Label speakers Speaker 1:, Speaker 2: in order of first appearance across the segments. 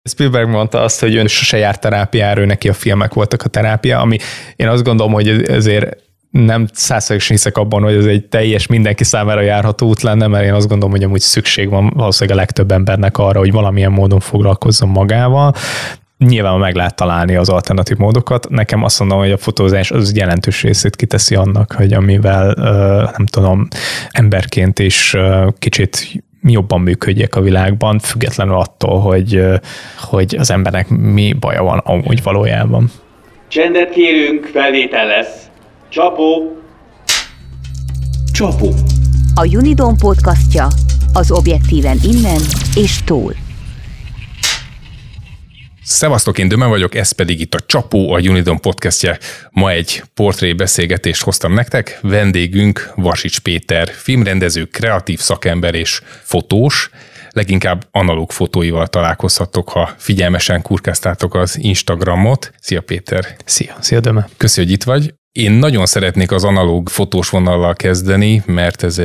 Speaker 1: Spielberg mondta azt, hogy ő sose járt terápiára, neki a filmek voltak a terápia, ami én azt gondolom, hogy ezért nem 100%-osan hiszek abban, hogy ez egy teljes mindenki számára járható út lenne, mert én azt gondolom, hogy amúgy szükség van valószínűleg a legtöbb embernek arra, hogy valamilyen módon foglalkozzon magával. Nyilván meg lehet találni az alternatív módokat. Nekem azt mondom, hogy a fotózás az jelentős részét kiteszi annak, hogy amivel nem tudom, emberként is kicsit jobban működjek a világban, függetlenül attól, hogy az embernek mi baja van amúgy valójában.
Speaker 2: Csendet kérünk, felvétel lesz. Csapó!
Speaker 3: Csapó.
Speaker 4: A Unidom podcastja az objektíven innen és túl.
Speaker 3: Szevasztok, én Döme vagyok, ez pedig itt a Csapó, a Unidom podcastje. Ma egy portré beszélgetést hoztam nektek. Vendégünk Vasics Péter, filmrendező, kreatív szakember és fotós. Leginkább analóg fotóival találkozhattok, ha figyelmesen kurkáztátok az Instagramot. Szia Péter!
Speaker 1: Szia Döme!
Speaker 3: Köszi, hogy itt vagy. Én nagyon szeretnék az analóg fotós vonallal kezdeni, mert ez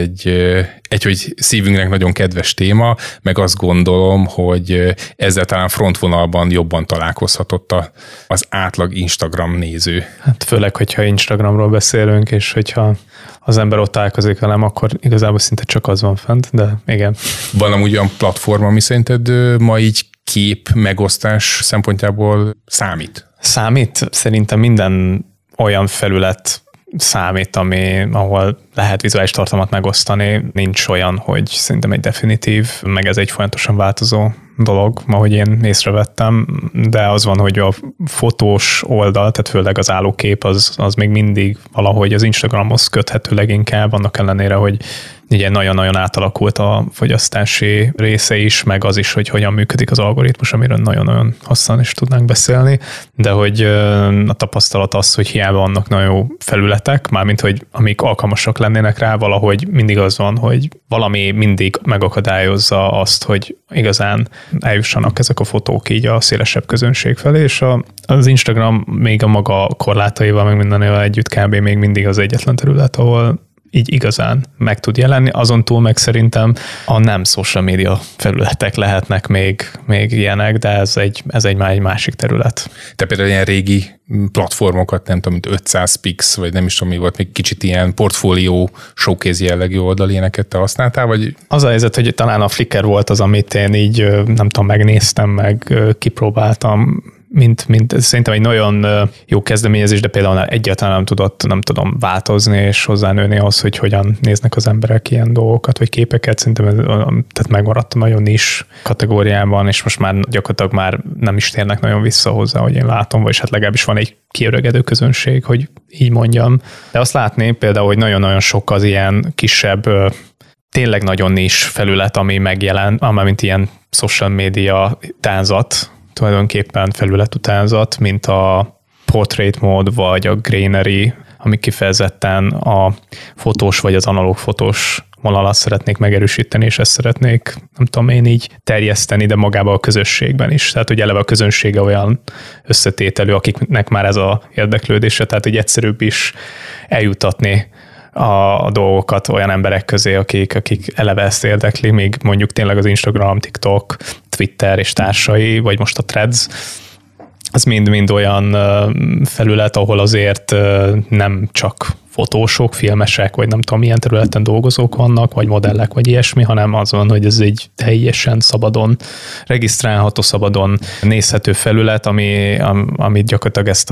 Speaker 3: hogy szívünknek nagyon kedves téma, meg azt gondolom, hogy ezzel talán frontvonalban jobban találkozhatott az átlag Instagram néző.
Speaker 1: Hát főleg, hogyha Instagramról beszélünk, és hogyha az ember ott találkozik velem, akkor igazából szinte csak az van fent, de igen.
Speaker 3: Van amúgy olyan platform, ami szerinted ma így kép megosztás szempontjából számít?
Speaker 1: Számít? Szerintem minden olyan felület számít, ahol lehet vizuális tartalmat megosztani. Nincs olyan, hogy szerintem egy definitív, meg ez egy folyamatosan változó dolog, ahogy én észrevettem, de az van, hogy a fotós oldal, tehát főleg az állókép, az még mindig valahogy az Instagramhoz köthető leginkább, annak ellenére, hogy ugye nagyon-nagyon átalakult a fogyasztási része is, meg az is, hogy hogyan működik az algoritmus, amiről nagyon-nagyon hosszan is tudnánk beszélni, de hogy a tapasztalat az, hogy hiába vannak nagyon jó felületek, mármint, hogy amik alkalmasak lennének rá, valahogy mindig az van, hogy valami mindig megakadályozza azt, hogy igazán eljussanak ezek a fotók így a szélesebb közönség felé, és az Instagram még a maga korlátaival, meg mindenével együtt kb. Még mindig az egyetlen terület, ahol így igazán meg tud jelenni. Azon túl meg szerintem a nem social media felületek lehetnek még ilyenek, de ez egy már egy másik terület.
Speaker 3: Te például ilyen régi platformokat, nem tudom, mint 500 pix, vagy nem is tudom mi volt, még kicsit ilyen portfólió, showcase jellegű oldal, ilyeneket te használtál, vagy?
Speaker 1: Az a helyzet, hogy talán a Flickr volt az, amit én így, nem tudom, megnéztem, meg kipróbáltam, mint szerintem egy nagyon jó kezdeményezés, de például egyáltalán nem tudott, nem tudom, változni és hozzánőni ahhoz, hogy hogyan néznek az emberek ilyen dolgokat, vagy képeket. Szerintem tehát megmaradt a nagyon nis kategóriában, és most már gyakorlatilag már nem is térnek nagyon vissza hozzá, hogy én látom, vagy hát legalábbis van egy kiöregedő közönség, hogy így mondjam. De azt látni például, hogy nagyon-nagyon sok az ilyen kisebb, tényleg nagyon nis felület, ami megjelen, amint ilyen social media tánzat, tulajdonképpen felületutánzat, mint a portrait mód, vagy a grainery, ami kifejezetten a fotós vagy az analóg fotós vonalat szeretnék megerősíteni, és ezt szeretnék, nem tudom én így terjeszteni, de magában a közösségben is. Tehát, hogy eleve a közönsége olyan összetételű, akiknek már ez a érdeklődése, tehát hogy egyszerűbb is eljutatni a dolgokat olyan emberek közé, akik eleve ezt érdekli, még mondjuk tényleg az Instagram, TikTok, Twitter és társai, vagy most a Threads, az mind-mind olyan felület, ahol azért nem csak fotósok, filmesek, vagy nem tudom, milyen területen dolgozók vannak, vagy modellek, vagy ilyesmi, hanem az van, hogy ez egy teljesen szabadon regisztrálható, szabadon nézhető felület, amit gyakorlatilag ezt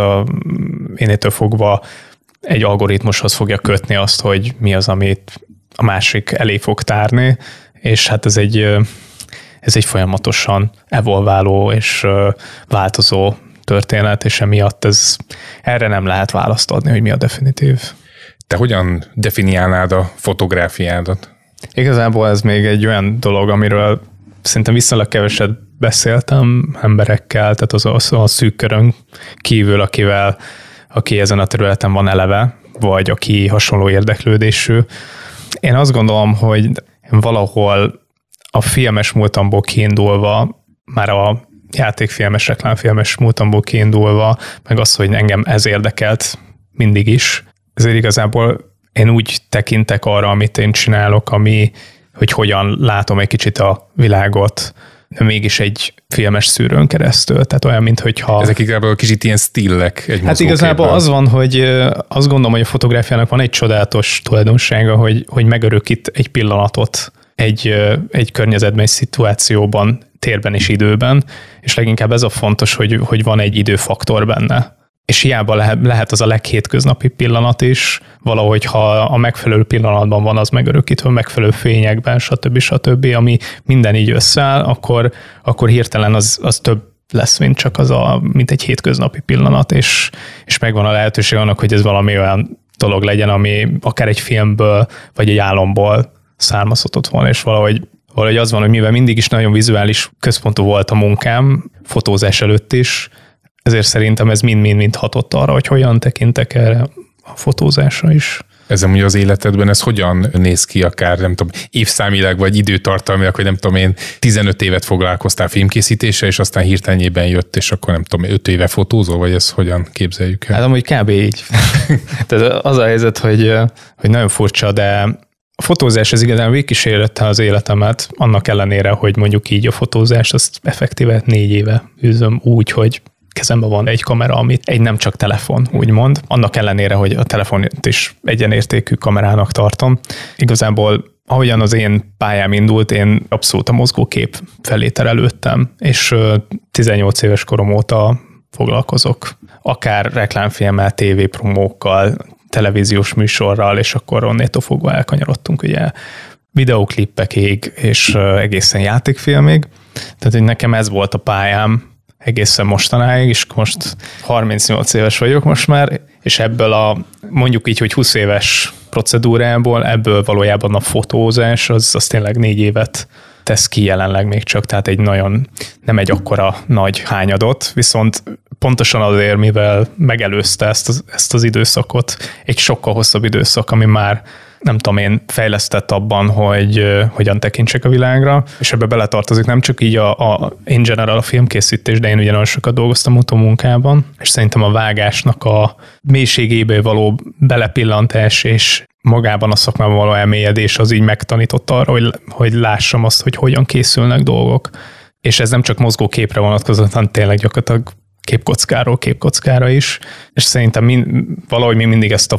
Speaker 1: énétől fogva egy algoritmushoz fogja kötni azt, hogy mi az, amit a másik elé fog tárni, és hát ez egy folyamatosan evolváló és változó történet, és emiatt erre nem lehet választ adni, hogy mi a definitív.
Speaker 3: Te hogyan definiálnád a fotográfiádat? Igazából
Speaker 1: ez még egy olyan dolog, amiről szerintem viszonylag keveset beszéltem emberekkel, tehát az a szűk körön kívül, aki ezen a területen van eleve, vagy aki hasonló érdeklődésű. Én azt gondolom, hogy valahol a filmes múltamból kiindulva, már a játékfilmes, reklámfilmes múltamból kiindulva, meg az, hogy engem ez érdekelt mindig is. Ezért igazából én úgy tekintek arra, amit én csinálok, hogy hogyan látom egy kicsit a világot, de mégis egy filmes szűrőn keresztül. Tehát olyan, mintha...
Speaker 3: Ezek igazából kicsit ilyen stillek egy
Speaker 1: Hát igazából az van, hogy azt gondolom, hogy a fotográfiának van egy csodálatos tulajdonsága, hogy megörökít egy pillanatot egy környezetben, egy szituációban, térben és időben, és leginkább ez a fontos, hogy van egy időfaktor benne. És hiába lehet az a leghétköznapi pillanat is, valahogy ha a megfelelő pillanatban van az megörökítve, megfelelő fényekben, stb., ami minden így összeáll, akkor hirtelen az több lesz, mint csak mint egy hétköznapi pillanat, és megvan a lehetőség annak, hogy ez valami olyan dolog legyen, ami akár egy filmből, vagy egy álomból származhatott volna, és valahogy az van, hogy mivel mindig is nagyon vizuális központú volt a munkám, fotózás előtt is, ezért szerintem ez mind-mind hatott arra, hogy hogyan tekintek erre a fotózásra is.
Speaker 3: Ez amúgy az életedben, ez hogyan néz ki akár, nem tudom, évszámilag vagy időtartalmilag, vagy nem tudom én, 15 évet foglalkoztál filmkészítéssel, és aztán hirtelenjében jött, és akkor nem tudom, 5 éve fotózol, vagy ezt hogyan képzeljük el?
Speaker 1: Hát amúgy kb. Így. Tehát az a helyzet, hogy nagyon furcsa, de a fotózás az igazán végigkísérte az életemet, annak ellenére, hogy mondjuk így a fotózást azt effektíve 4 éve űzöm úgy, hogy kezemben van egy kamera, amit egy nem csak telefon, úgymond. Annak ellenére, hogy a telefont is egyenértékű kamerának tartom. Igazából ahogyan az én pályám indult, én abszolút a mozgókép felé terelődtem, és 18 éves korom óta foglalkozok. Akár reklámfilmmel, tévépromókkal, televíziós műsorral, és akkor onnétól fogva elkanyarodtunk ugye videóklippekig, és egészen játékfilmig. Tehát, hogy nekem ez volt a pályám egészen mostanáig, és most 38 éves vagyok most már, és ebből mondjuk így, hogy 20 éves procedúrából, ebből valójában a fotózás, az tényleg 4 évet tesz ki jelenleg még csak, tehát nem egy akkora nagy hányadot, viszont pontosan azért, mivel megelőzte ezt az időszakot, egy sokkal hosszabb időszak, ami már nem tudom én, fejlesztett abban, hogy hogyan tekintsek a világra, és ebbe beletartozik nem csak így in general a filmkészítés, de én ugye nagyon sokat dolgoztam utómunkában, és szerintem a vágásnak a mélységébe való belepillantás és magában a szakmában való elmélyedés az így megtanított arra, hogy lássam azt, hogy hogyan készülnek dolgok. És ez nem csak mozgóképre vonatkozott, hanem tényleg gyakorlatilag képkockára is, és szerintem valahogy mi mindig ezt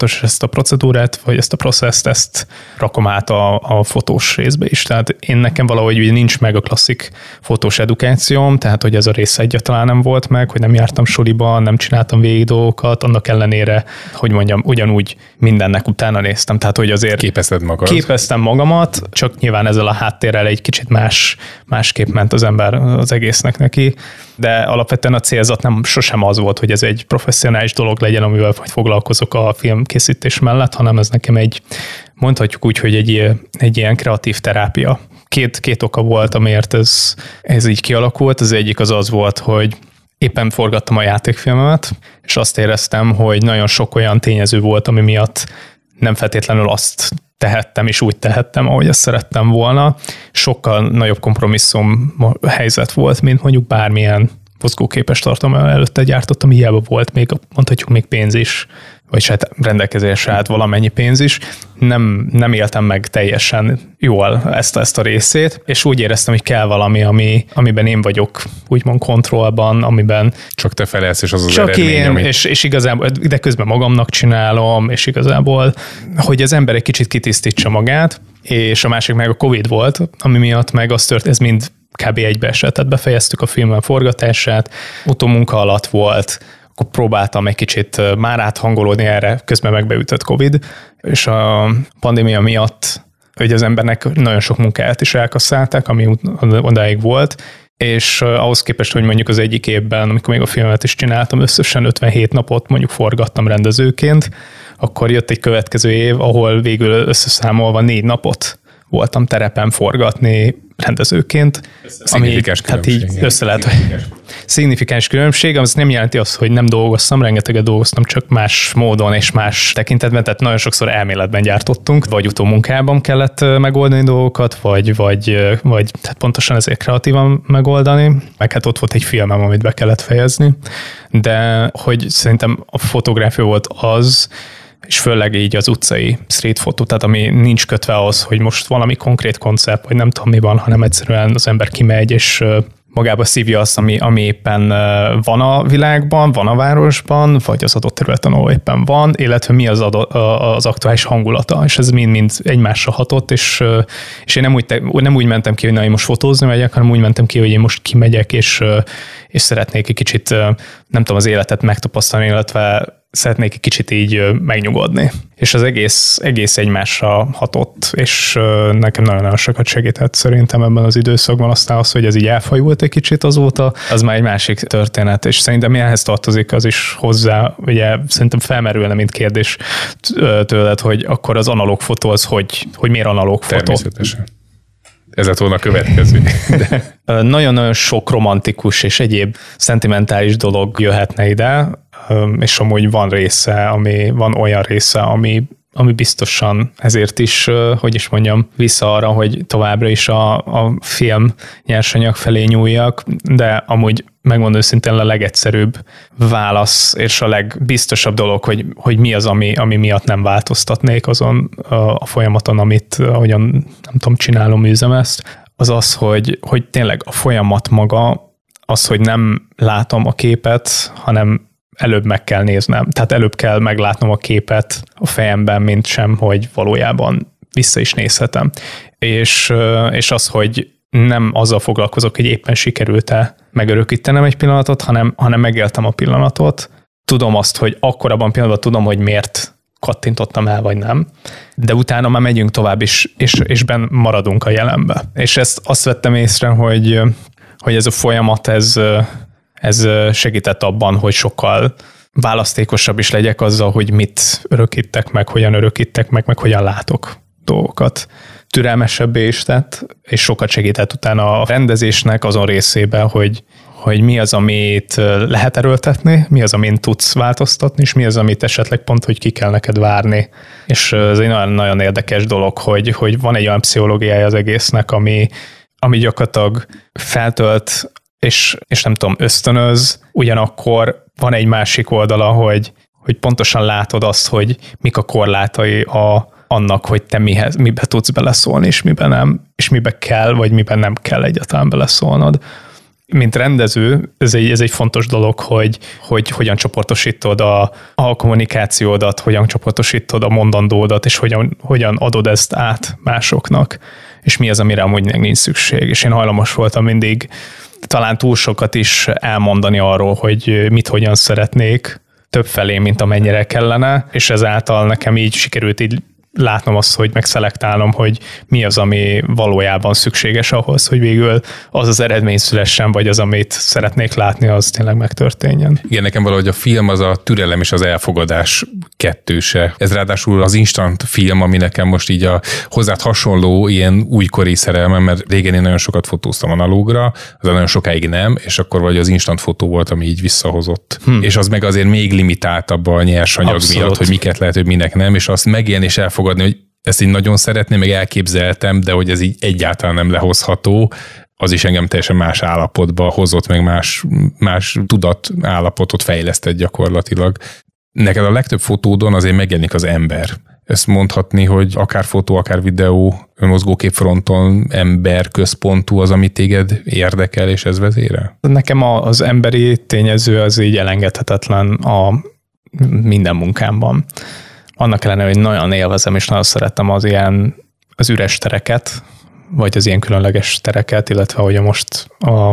Speaker 1: a procedúrát, vagy ezt a processzt, ezt rakom át a fotós részbe is. Tehát nekem valahogy nincs meg a klasszik fotós edukációm, tehát hogy ez a része egyáltalán nem volt meg, hogy nem jártam suliba, nem csináltam végig dolgokat, annak ellenére, hogy mondjam, ugyanúgy mindennek utána néztem, tehát hogy azért képeztem magamat, csak nyilván ezzel a háttérrel egy kicsit másképp ment az ember az egésznek neki, de alapvetően a célzat nem sosem az volt, hogy ez egy professzionális dolog legyen, amivel foglalkozok a filmkészítés mellett, hanem ez nekem mondhatjuk úgy, hogy egy ilyen kreatív terápia. Két oka volt, amiért ez így kialakult. Az egyik az volt, hogy éppen forgattam a játékfilmemet, és azt éreztem, hogy nagyon sok olyan tényező volt, ami miatt nem feltétlenül azt tehettem, és úgy tehettem, ahogy azt szerettem volna. Sokkal nagyobb kompromisszum helyzet volt, mint mondjuk bármilyen mozgóképes tartalom előtte gyártottam, hiába volt mondhatjuk még pénz is, vagy hát rendelkezésre állt valamennyi pénz is. Nem éltem meg teljesen jól ezt a részét, és úgy éreztem, hogy kell valami, amiben én vagyok úgymond kontrollban, amiben
Speaker 3: csak te felelsz, és az
Speaker 1: csak
Speaker 3: eredmény,
Speaker 1: én, és igazából, de közben magamnak csinálom, és igazából, hogy az ember egy kicsit kitisztítsa magát, és a másik meg a Covid volt, ami miatt meg az ez mind kb. Egybeesett. Tehát befejeztük a filmen forgatását, utómunka alatt volt, akkor próbáltam egy kicsit már áthangolódni erre, közben megbeütött Covid, és a pandémia miatt, hogy az embernek nagyon sok munkáját is elkasszálták, ami odáig volt, és ahhoz képest, hogy mondjuk az egyik évben, amikor még a filmet is csináltam, összesen 57 napot mondjuk forgattam rendezőként, akkor jött egy következő év, ahol végül összeszámolva 4 napot voltam terepen forgatni rendezőként.
Speaker 3: Szignifikáns különbség.
Speaker 1: Hát így össze lehet, szignifikáns különbség, az nem jelenti azt, hogy nem dolgoztam, rengeteget dolgoztam, csak más módon és más tekintetben, tehát nagyon sokszor elméletben gyártottunk, vagy utómunkában kellett megoldani dolgokat, vagy tehát pontosan ezért kreatívan megoldani, meg hát ott volt egy filmem, amit be kellett fejezni, de hogy szerintem a fotográfia volt az, és főleg így az utcai street fotó, tehát ami nincs kötve ahhoz, hogy most valami konkrét koncept, vagy nem tudom mi van, hanem egyszerűen az ember kimegy, és magába szívja azt, ami éppen van a világban, van a városban, vagy az adott területen, ahol éppen van, illetve mi az aktuális hangulata, és ez mind egymásra hatott, és én nem úgy mentem ki, hogy na, én most fotózni megyek, hanem úgy mentem ki, hogy én most kimegyek, és szeretnék egy kicsit, nem tudom, az életet megtapasztalni, illetve szeretnék egy kicsit így megnyugodni. És az egész egymásra hatott, és nekem nagyon-nagyon sokat segített szerintem ebben az időszakban. Aztán az, hogy ez így elfajult egy kicsit azóta, az már egy másik történet, és szerintem ehhez tartozik az is hozzá, ugye szerintem felmerülne, mint kérdés tőled, hogy akkor az analóg fotó az, hogy miért analóg fotó?
Speaker 3: Természetesen. Ez lett volna a következő.
Speaker 1: Nagyon-nagyon sok romantikus és egyéb szentimentális dolog jöhetne ide, és amúgy van olyan része, ami biztosan ezért is, hogy is mondjam, vissza arra, hogy továbbra is a film nyersanyag felé nyúljak, de amúgy megmondom őszintén a legegyszerűbb válasz, és a legbiztosabb dolog, hogy mi az, ami miatt nem változtatnék azon a folyamaton, ahogyan nem tudom, csinálom, üzem ezt, az, hogy tényleg a folyamat maga, az, hogy nem látom a képet, hanem előbb meg kell néznem. Tehát előbb kell meglátnom a képet a fejemben, mint sem, hogy valójában vissza is nézhetem. És az, hogy nem azzal foglalkozok, hogy éppen sikerült-e megörökítenem egy pillanatot, hanem megéltem a pillanatot. Tudom azt, hogy akkor abban a pillanatban tudom, hogy miért kattintottam el, vagy nem. De utána már megyünk tovább, és benn maradunk a jelenbe. És azt vettem észre, hogy ez a folyamat, ez segített abban, hogy sokkal választékosabb is legyek azzal, hogy mit örökítek meg, meg hogyan látok dolgokat. Türelmesebbé is tett, és sokat segített utána a rendezésnek azon részében, hogy mi az, amit lehet erőltetni, mi az, amin tudsz változtatni, és mi az, amit esetleg pont, hogy ki kell neked várni. És ez egy nagyon, nagyon érdekes dolog, hogy van egy olyan pszichológiája az egésznek, ami gyakorlatilag feltölt, és nem tudom, ösztönöz, ugyanakkor van egy másik oldala, hogy pontosan látod azt, hogy mik a korlátai annak, hogy te mibe tudsz beleszólni, és miben nem, és mibe kell, vagy miben nem kell egyáltalán beleszólnod. Mint rendező, ez egy fontos dolog, hogy hogyan csoportosítod a kommunikációdat, hogyan csoportosítod a mondandódat, és hogyan adod ezt át másoknak, és mi az, amire amúgy nincs szükség. És én hajlamos voltam mindig talán túl sokat is elmondani arról, hogy mit hogyan szeretnék többfelé, mint amennyire kellene, és ezáltal nekem így sikerült így látnom azt, hogy megszelektálnom, hogy mi az, ami valójában szükséges ahhoz, hogy végül az eredmény szülessen, vagy az, amit szeretnék látni, az tényleg megtörténjen.
Speaker 3: Igen, nekem valahogy a film az a türelem és az elfogadás kettőse. Ez ráadásul az instant film, ami nekem most így a hozzád hasonló ilyen újkori szerelmem, mert régen én nagyon sokat fotóztam analógra, az nagyon sokáig nem, és akkor vagy az instant fotó volt, ami így visszahozott. És az meg azért még limitáltabb a nyersanyag
Speaker 1: Abszolút.
Speaker 3: miatt, hogy miket lehet, hogy minek nem, és azt megélni és elfogadni, hogy ezt így nagyon szeretném, meg elképzeltem, de hogy ez így egyáltalán nem lehozható, az is engem teljesen más állapotba hozott, meg más tudatállapotot fejlesztett gyakorlatilag. Neked a legtöbb fotódon azért megjelenik az ember. Ezt mondhatni, hogy akár fotó, akár videó, mozgóképfronton ember központú az, ami téged érdekel, és ez vezérel?
Speaker 1: Nekem az emberi tényező az így elengedhetetlen a minden munkámban. Annak ellenére, hogy nagyon élvezem, és nagyon szeretem az üres tereket, vagy az ilyen különleges tereket, illetve hogy most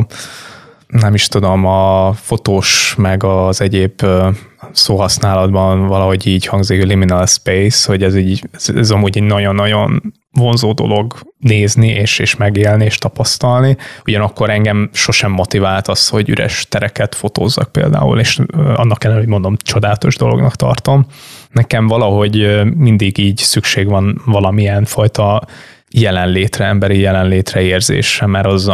Speaker 1: a fotós, meg az egyéb szóhasználatban valahogy így hangzik, hogy liminal space, hogy ez amúgy egy nagyon-nagyon vonzó dolog nézni, és megélni, és tapasztalni. Ugyanakkor engem sosem motivált az, hogy üres tereket fotózzak például, és annak ellenére, hogy mondom, csodálatos dolognak tartom. Nekem valahogy mindig így szükség van valamilyen fajta jelenlétre, emberi jelenlétre, érzésre, mert az,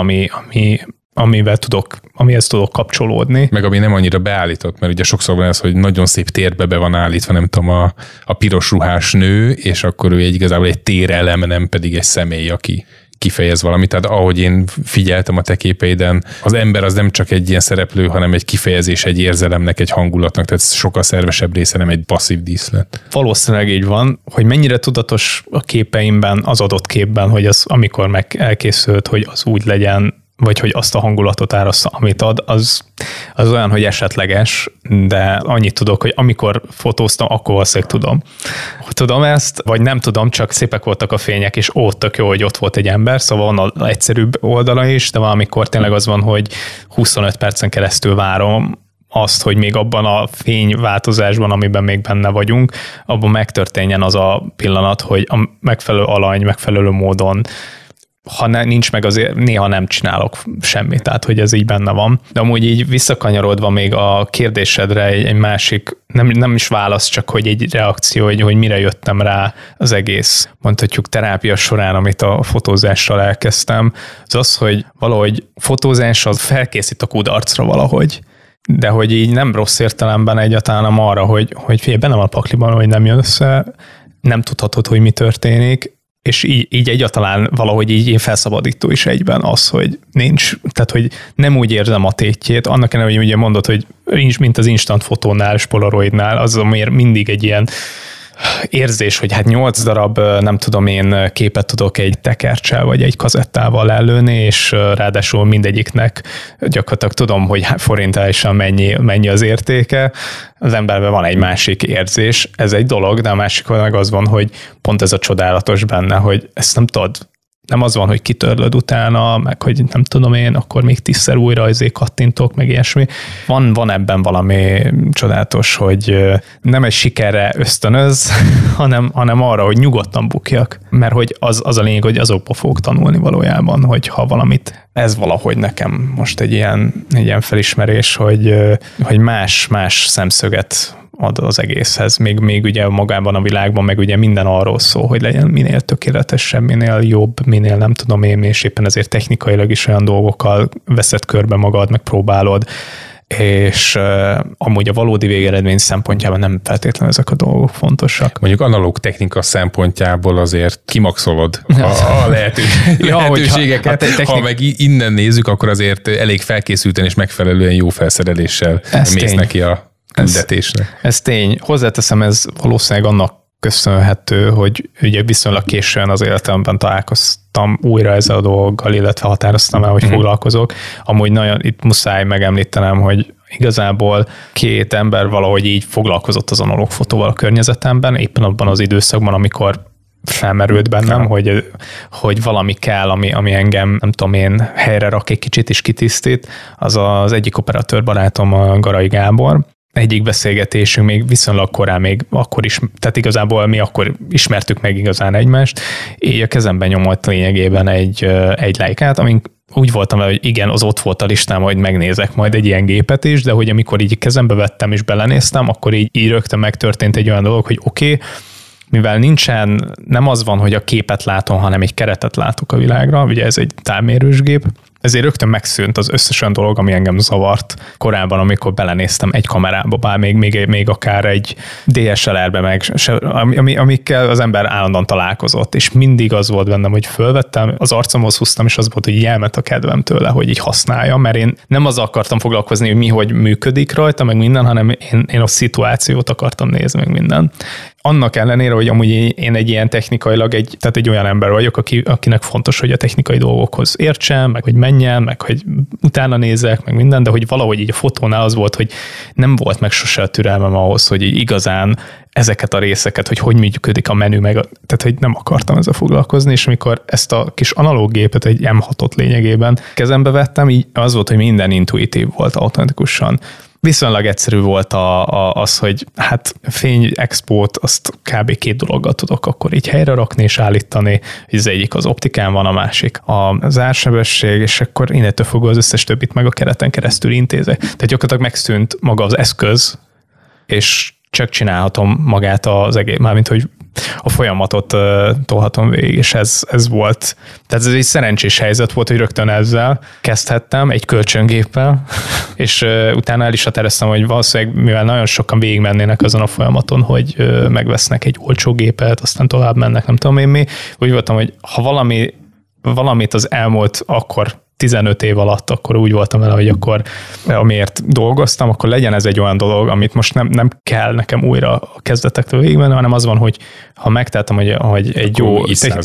Speaker 1: amihez tudok kapcsolódni.
Speaker 3: Meg ami nem annyira beállított, mert ugye sokszor van ez, hogy nagyon szép térbe be van állítva, nem tudom, a piros ruhás nő, és akkor ő igazából egy térelem, nem pedig egy személy, aki kifejez valamit. Tehát ahogy én figyeltem a te képeiden, az ember az nem csak egy ilyen szereplő, hanem egy kifejezés, egy érzelemnek, egy hangulatnak, tehát sokkal szervesebb része, nem egy passzív díszlet.
Speaker 1: Valószínűleg így van, hogy mennyire tudatos a képeimben, az adott képben, hogy az amikor meg elkészült, hogy az úgy legyen, vagy hogy azt a hangulatot áraszta, amit ad, az olyan, hogy esetleges, de annyit tudok, hogy amikor fotóztam, akkor valószínűleg tudom. Tudom ezt, vagy nem tudom, csak szépek voltak a fények, és tök jó, hogy ott volt egy ember, szóval van az egyszerűbb oldala is, de valamikor tényleg az van, hogy 25 percen keresztül várom azt, hogy még abban a fényváltozásban, amiben még benne vagyunk, abban megtörténjen az a pillanat, hogy a megfelelő alany, megfelelő módon, ha nincs meg, azért néha nem csinálok semmit, tehát hogy ez így benne van. De amúgy így visszakanyarodva még a kérdésedre egy másik, nem is válasz, csak hogy egy reakció, hogy mire jöttem rá az egész, mondhatjuk terápia során, amit a fotózással elkezdtem, az, hogy valahogy fotózás az felkészít a kudarcra valahogy, de hogy így nem rossz értelemben egyáltalán, nem arra, hogy figyelj, benne van a pakliban, hogy nem jön össze, nem tudhatod, hogy mi történik, és így egyáltalán valahogy így felszabadító is egyben az, hogy nincs, tehát hogy nem úgy érzem a tétjét, annak ellenére, hogy ugye mondod, hogy nincs, mint az instant fotónál, Polaroidnál, az amiért mindig egy ilyen érzés, hogy hát 8 darab, nem tudom én, képet tudok egy tekerccsel vagy egy kazettával lelőni, és ráadásul mindegyiknek gyakorlatilag tudom, hogy forintálisan mennyi az értéke. Az emberben van egy másik érzés, ez egy dolog, de a másik meg az van, hogy pont ez a csodálatos benne, hogy ezt nem tudod, nem az van, hogy kitörlöd utána, meg hogy nem tudom én, akkor még 10-szer újra kattintok, meg ilyesmi. Van ebben valami csodálatos, hogy nem egy sikerre ösztönöz, hanem arra, hogy nyugodtan bukjak. Mert hogy az a lényeg, hogy azokból fogok tanulni valójában, hogy ha valamit, ez valahogy nekem most egy ilyen felismerés, hogy más szemszöget ad az egészhez. Még ugye magában a világban, meg ugye minden arról szól, hogy legyen minél tökéletesebb, minél jobb, minél nem tudom én, és éppen ezért technikailag is olyan dolgokkal veszed körbe magad, meg próbálod, és amúgy a valódi végeredmény szempontjában nem feltétlenül ezek a dolgok fontosak.
Speaker 3: Mondjuk analóg technika szempontjából azért kimaxolod a lehetőségeket. Ha meg innen nézzük, akkor azért elég felkészülten és megfelelően jó felszereléssel mész neki a küldetésnek.
Speaker 1: Ez tény. Hozzáteszem, ez valószínűleg annak köszönhető, hogy ugye viszonylag későn az életemben találkoztam újra ezzel a dolggal, illetve határoztam el, hogy foglalkozok. Amúgy nagyon itt muszáj megemlítenem, hogy igazából 2 ember valahogy így foglalkozott az analóg fotóval a környezetemben, éppen abban az időszakban, amikor felmerült bennem, hogy valami kell, ami engem, nem tudom én, helyre rak egy kicsit is kitisztít. Az egyik operatőr barátom, a Garai Gábor. Egyik beszélgetésünk még viszonylag korán, még akkor is, tehát igazából mi akkor ismertük meg igazán egymást, így a kezemben nyomott lényegében egy Leicát, amink úgy voltam, hogy igen, az ott volt a listám, hogy megnézek majd egy ilyen gépet is, de hogy amikor így kezembe vettem és belenéztem, akkor így rögtön megtörtént egy olyan dolog, hogy oké, mivel nem az van, hogy a képet látom, hanem egy keretet látok a világra, ugye ez egy távmérős gép, ezért rögtön megszűnt az összes olyan dolog, ami engem zavart korábban, amikor belenéztem egy kamerába, bár még akár egy DSLR-be, meg amikkel az ember állandóan találkozott, és mindig az volt bennem, hogy fölvettem, az arcomhoz húztam, és az volt, hogy elment a kedvem tőle, hogy így használjam, mert én nem azzal akartam foglalkozni, hogy hogy működik rajta, meg minden, hanem én a szituációt akartam nézni, meg minden. Annak ellenére, hogy amúgy én egy ilyen technikailag, tehát egy olyan ember vagyok, akinek fontos, hogy a technikai dolgokhoz értsen, meg hogy menjen, meg hogy utána nézek, meg minden, de hogy valahogy így a fotónál az volt, hogy nem volt meg sose a türelmem ahhoz, hogy igazán ezeket a részeket, hogy működik a menü, tehát hogy nem akartam ezzel foglalkozni, és amikor ezt a kis analóg gépet, egy M6-ot lényegében kezembe vettem, így az volt, hogy minden intuitív volt automatikusan. Viszonylag egyszerű volt az, hogy hát fényexpót azt kb. 2 dologgal tudok akkor így helyre rakni és állítani, hogy az egyik az optikán van, a másik a zársebesség, és akkor innentől fogva az összes többit meg a kereten keresztül intézek. Tehát gyakorlatilag megszűnt maga az eszköz, és csak csinálhatom magát az egész, mármint hogy a folyamatot tolhatom végig, és ez volt. Tehát ez egy szerencsés helyzet volt, hogy rögtön ezzel kezdhettem, egy kölcsöngéppel, és utána el is határoztam, hogy valószínűleg, mivel nagyon sokan végigmennének azon a folyamaton, hogy megvesznek egy olcsó gépet, aztán tovább mennek, nem tudom én mi, úgy voltam, hogy ha valami valamit az elmúlt akkor 15 év alatt akkor úgy voltam vele, hogy akkor amiért dolgoztam, akkor legyen ez egy olyan dolog, amit most nem kell nekem újra a kezdetektől végigmenni, hanem az van, hogy ha megtettem, hogy egy jó...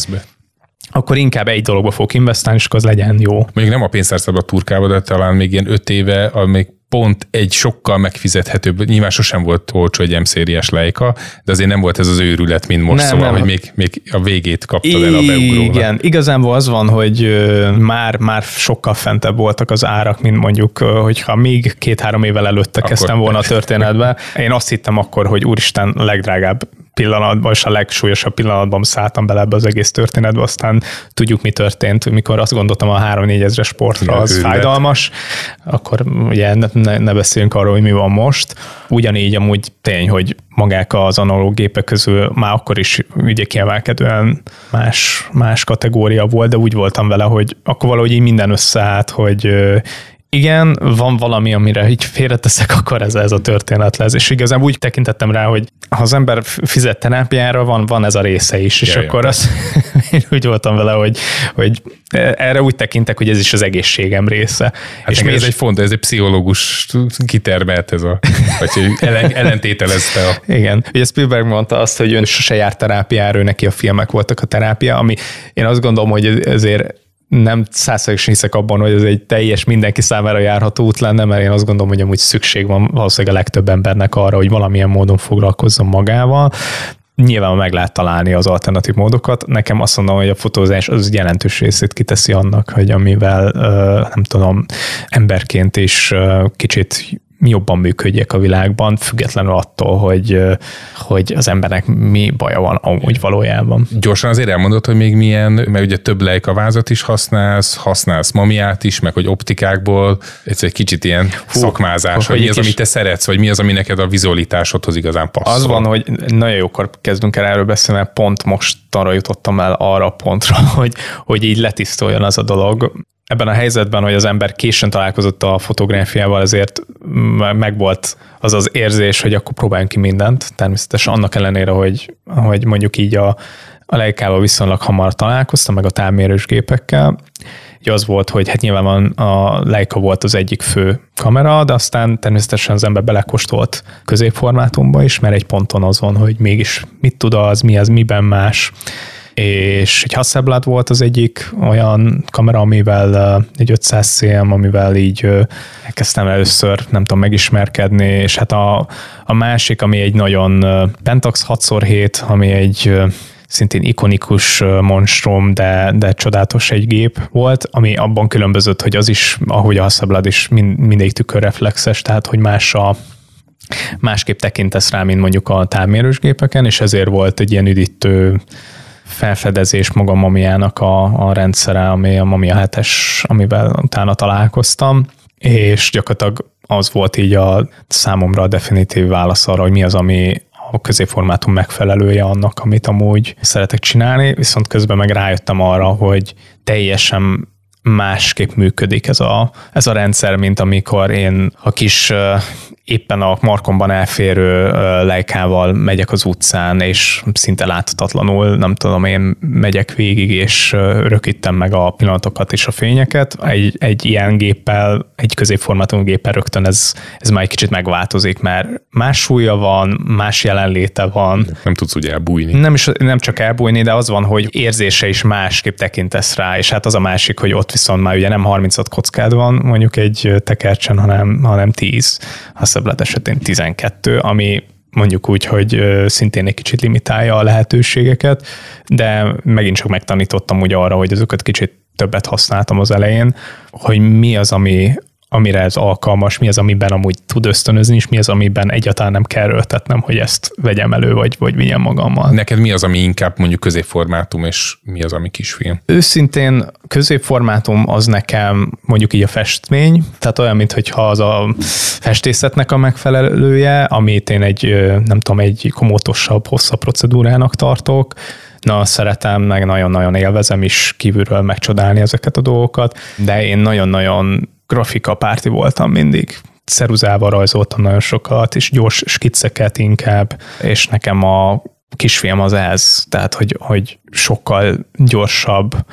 Speaker 1: Akkor inkább egy dologba fogok investálni, és akkor az legyen jó.
Speaker 3: Mondjuk nem a pénztárcába turkálva, de talán még ilyen 5 éve, még pont egy sokkal megfizethetőbb, nyilván sosem volt olcsó egy M-szériás Leica, de azért nem volt ez az őrület, mint most, szóval, hogy még a végét kaptad el a beugrónak.
Speaker 1: Igen, igazából az van, hogy már sokkal fentebb voltak az árak, mint mondjuk, hogyha még 2-3 évvel előtte kezdtem volna a történetbe. Én azt hittem akkor, hogy úristen, a legdrágább pillanatban, és a legsúlyosabb pillanatban szálltam bele ebbe az egész történetbe, aztán tudjuk, mi történt, mikor azt gondoltam a 3-4 ezres sportra, az fájdalmas, akkor ugye ne beszéljünk arról, hogy mi van most. Ugyanígy amúgy tény, hogy magák az analóg gépek közül már akkor is ugye kiemelkedően más kategória volt, de úgy voltam vele, hogy akkor valahogy így minden összeállt, hogy igen, van valami, amire így félreteszek, akkor ez a történet lesz. És igazából úgy tekintettem rá, hogy ha az ember fizet terápiára, van ez a része is, és akkor én úgy voltam vele, hogy erre úgy tekintek, hogy ez is az egészségem része.
Speaker 3: Hát és ez egy fontos, ez egy pszichológus kitermelt vagy ellentételezte.
Speaker 1: Igen. Ugye Spielberg mondta azt, hogy ön sose járt terápiára, neki a filmek voltak a terápia, ami én azt gondolom, hogy ezért nem 100%-osan hiszek abban, hogy ez egy teljes mindenki számára járható út lenne, mert én azt gondolom, hogy amúgy szükség van valószínűleg a legtöbb embernek arra, hogy valamilyen módon foglalkozzon magával. Nyilván meg lehet találni az alternatív módokat. Nekem azt mondom, hogy a fotózás az jelentős részét kiteszi annak, hogy amivel nem tudom, emberként is kicsit jobban működjek a világban, függetlenül attól, hogy az embernek mi baja van amúgy valójában.
Speaker 3: Gyorsan azért elmondod, hogy még milyen, mert ugye több Leica vázat is használsz mamiát is, meg hogy optikákból, ez egy kicsit ilyen szakmázás, hogy mi az, amit te szeretsz, vagy mi az, ami neked a vizualitásodhoz igazán passzol.
Speaker 1: Az van, hogy nagyon jókor kezdünk el erről beszélni, mert pont most arra jutottam el arra a pontra, hogy így letisztuljon az a dolog. Ebben a helyzetben, hogy az ember későn találkozott a fotográfiával, ezért megvolt az az érzés, hogy akkor próbáljunk ki mindent. Természetesen annak ellenére, hogy mondjuk így a Leicával viszonylag hamar találkoztam, meg a távmérős gépekkel. Így az volt, hogy hát nyilván a Leica volt az egyik fő kamera, de aztán természetesen az ember belekóstolt középformátumba is, mert egy ponton az van, hogy mégis mit tud az, mi az, miben más. És egy Hasselblad volt az egyik olyan kamera, amivel egy 500 cm, amivel így elkezdtem először, nem tudom, megismerkedni, és hát a másik, ami egy nagyon Pentax 6x7, ami egy szintén ikonikus monstrum, de csodálatos egy gép volt, ami abban különbözött, hogy az is, ahogy a Hasselblad is mindig tükörreflexes, tehát hogy másképp tekintesz rá, mint mondjuk a távmérős gépeken, és ezért volt egy ilyen üdítő felfedezés maga a mamiának a rendszere, ami a Mamiya 7-es, amivel utána találkoztam, és gyakorlatilag az volt így a számomra a definitív válasz arra, hogy mi az, ami a középformátum megfelelője annak, amit amúgy szeretek csinálni, viszont közben meg rájöttem arra, hogy teljesen másképp működik ez a rendszer, mint amikor én a kis éppen a markomban elférő Leicával megyek az utcán, és szinte láthatatlanul, nem tudom, én megyek végig, és rögzítem meg a pillanatokat és a fényeket. Egy ilyen géppel, egy középformátumú géppel rögtön ez már egy kicsit megváltozik, mert más súlya van, más jelenléte van.
Speaker 3: Nem tudsz ugye elbújni.
Speaker 1: Nem csak elbújni, de az van, hogy érzése is másképp tekintesz rá, és hát az a másik, hogy ott viszont már ugye nem 36 kockád van mondjuk egy tekercsen, hanem 10. Hasselblad esetén 12, ami mondjuk úgy, hogy szintén egy kicsit limitálja a lehetőségeket, de megint csak megtanítottam úgy arra, hogy azokat kicsit többet használtam az elején, hogy mi az, amire ez alkalmas, mi az, amiben amúgy tud ösztönözni, és mi az, amiben egyáltalán nem kell öltetnem, hogy ezt vegyem elő, vagy vigyem magammal.
Speaker 3: Neked mi az, ami inkább mondjuk középformátum, és mi az, ami kisfilm?
Speaker 1: Őszintén középformátum az nekem mondjuk így a festmény, tehát olyan, mintha az a festészetnek a megfelelője, amit én egy komótosabb, hosszabb procedúrának tartok. Na, szeretem, meg nagyon-nagyon élvezem is kívülről megcsodálni ezeket a dolgokat, de én nagyon-nagyon grafikapárti voltam mindig. Ceruzával rajzoltam nagyon sokat, és gyors skicceket inkább, és nekem a kisfilm az ez, tehát hogy sokkal gyorsabb,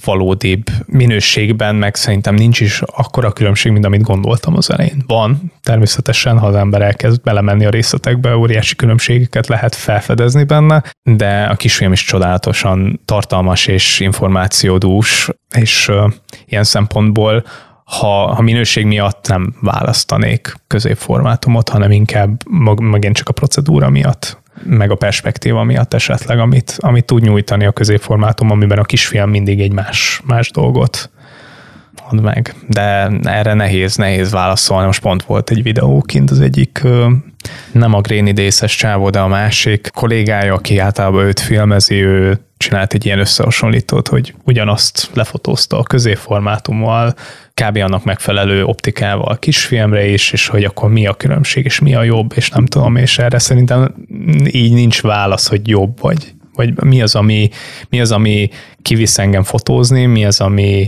Speaker 1: valódibb minőségben, meg szerintem nincs is akkora különbség, mint amit gondoltam az elején. Van, természetesen, ha az ember elkezd belemenni a részletekbe, óriási különbségeket lehet felfedezni benne, de a kisfilm is csodálatosan tartalmas és információdús, és ilyen szempontból ha minőség miatt nem választanék középformátumot, hanem inkább megint csak a procedúra miatt, meg a perspektíva miatt esetleg, amit tud nyújtani a középformátum, amiben a kisfilm mindig egy más dolgot ad meg. De erre nehéz válaszolni. Most pont volt egy videó kint, az egyik nem a Grénidészes csávó, de a másik kollégája, aki általában őt filmezi, ő csinált egy ilyen összehasonlítót, hogy ugyanazt lefotózta a középformátummal, kb. Annak megfelelő optikával kisfilmre is, és hogy akkor mi a különbség, és mi a jobb, és nem tudom, és erre szerintem így nincs válasz, hogy jobb vagy mi az, ami kivisz engem fotózni, mi az,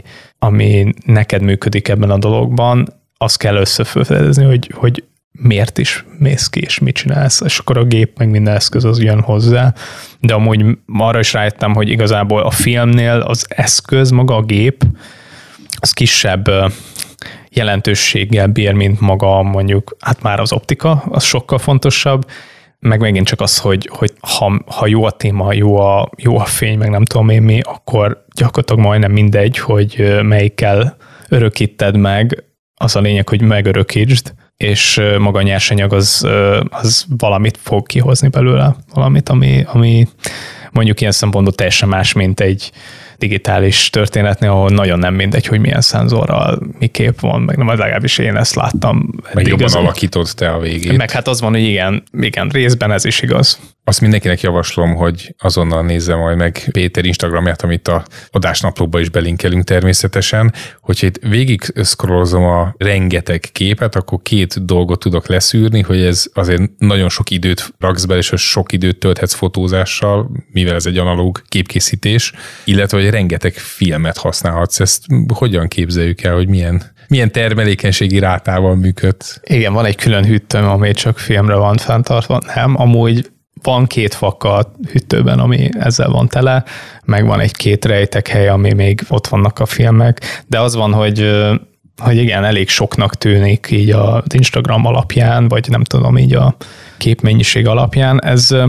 Speaker 1: ami neked működik ebben a dologban, azt kell összefedezni, hogy miért is mész ki, és mit csinálsz, és akkor a gép meg minden eszköz az jön hozzá, de amúgy arra is rájöttem, hogy igazából a filmnél az eszköz, maga a gép, az kisebb jelentőséggel bír, mint maga mondjuk, hát már az optika, az sokkal fontosabb, meg megint csak az, hogy ha jó a téma, jó a fény, meg nem tudom én mi, akkor gyakorlatilag majdnem mindegy, hogy melyikkel örökíted meg, az a lényeg, hogy megörökítsd, és maga a nyersanyag az valamit fog kihozni belőle, valamit, ami mondjuk ilyen szempontból teljesen más, mint egy digitális történetnél, ahol nagyon nem mindegy, hogy milyen szenzorral mi kép van, meg nem, legalábbis én ezt láttam.
Speaker 3: Meg jobban alakítottad te a végét.
Speaker 1: Meg hát az van, hogy igen, részben ez is igaz.
Speaker 3: Azt mindenkinek javaslom, hogy azonnal nézze majd meg Péter Instagramját, amit a adásnaplóba is belinkelünk természetesen, hogyha itt végig scrollozom a rengeteg képet, akkor 2 dolgot tudok leszűrni, hogy ez azért nagyon sok időt raksz be, és sok időt tölthetsz fotózással, mivel ez egy analóg képkészítés, illetve hogy rengeteg filmet használhatsz. Ezt hogyan képzeljük el, hogy milyen termelékenységi rátával működ? Igen,
Speaker 1: van egy külön hűtőm, ami csak filmre van fenntartva. Nem, amúgy van 2 fakka a hűtőben, ami ezzel van tele, meg van egy 2 rejtekhely, ami még ott vannak a filmek, de az van, hogy igen, elég soknak tűnik így az Instagram alapján, vagy nem tudom, így a képmennyiség alapján.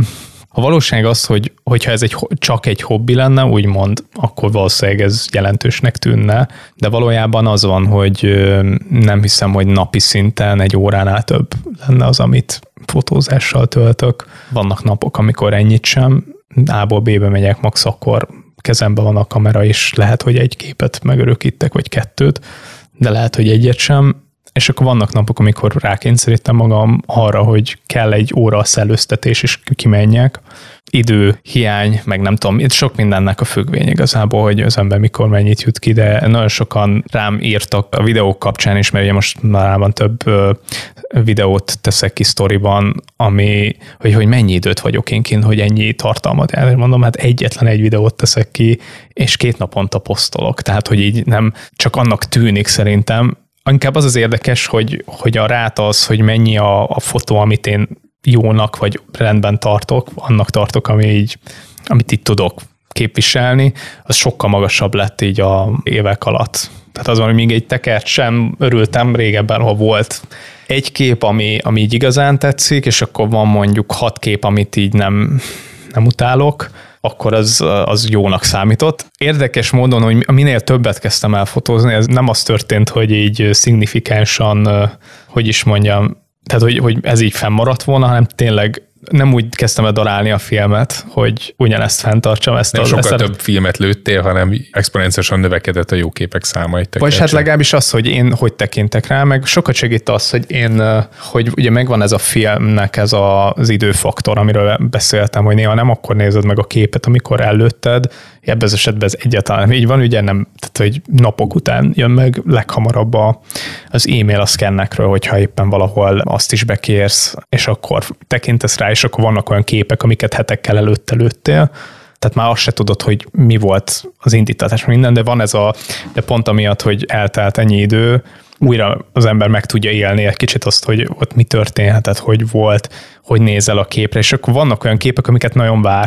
Speaker 1: A valóság az, hogyha ez csak egy hobbi lenne, úgymond, akkor valószínűleg ez jelentősnek tűnne, de valójában az van, hogy nem hiszem, hogy napi szinten 1 óránál több lenne az, amit fotózással töltök. Vannak napok, amikor ennyit sem, A-ból B-be megyek, max akkor kezemben van a kamera, és lehet, hogy 1 képet megörökítek, vagy 2, de lehet, hogy 1 sem, és akkor vannak napok, amikor rákényszerítem magam arra, hogy kell 1 óra szellőztetés, és kimenjek. Idő, hiány, meg nem tudom, itt sok mindennek a függvény igazából, hogy az ember mikor mennyit jut ki, de nagyon sokan rám írtak a videók kapcsán is, mert ugye most már több videót teszek ki sztoriban, hogy mennyi időt vagyok én kint, hogy ennyi tartalmat elmondom, hát egyetlen egy videót teszek ki, és 2 naponta posztolok, tehát hogy így nem csak annak tűnik szerintem, inkább az érdekes, hogy a ráta az, hogy mennyi a fotó, amit én jónak vagy rendben tartok, annak tartok, amit így tudok képviselni, az sokkal magasabb lett így a évek alatt. Tehát az van, hogy még egy tekert sem örültem régebben, ha volt 1 kép, ami így igazán tetszik, és akkor van mondjuk 6 kép, amit így nem utálok, akkor az jónak számított. Érdekes módon, hogy minél többet kezdtem el fotózni, ez nem az történt, hogy így szignifikánsan, hogy is mondjam, tehát hogy ez így fennmaradt volna, hanem tényleg nem úgy kezdtem el darálni a filmet, hogy ugyanezt fenntartsam.
Speaker 3: Sokkal több filmet lőttél, hanem exponenciálisan növekedett a jó képek száma.
Speaker 1: Vagy hát legalábbis az, hogy én hogy tekintek rá, meg sokat segít az, hogy ugye megvan ez a filmnek ez az időfaktor, amiről beszéltem, hogy néha nem akkor nézed meg a képet, amikor előtted. Ebben az esetben ez egyáltalán így van, ugye nem, tehát hogy napok után jön meg leghamarabb az e-mail a szkennekről, hogyha éppen valahol azt is bekérsz, és akkor tekintesz rá, és akkor vannak olyan képek, amiket hetekkel előtte lőttél, tehát már azt se tudod, hogy mi volt az indítatás minden, de van de pont amiatt, hogy eltelt ennyi idő, újra az ember meg tudja élni egy kicsit azt, hogy ott mi történhetett, hogy volt, hogy nézel a képre, és akkor vannak olyan képek, amiket nagyon vársz,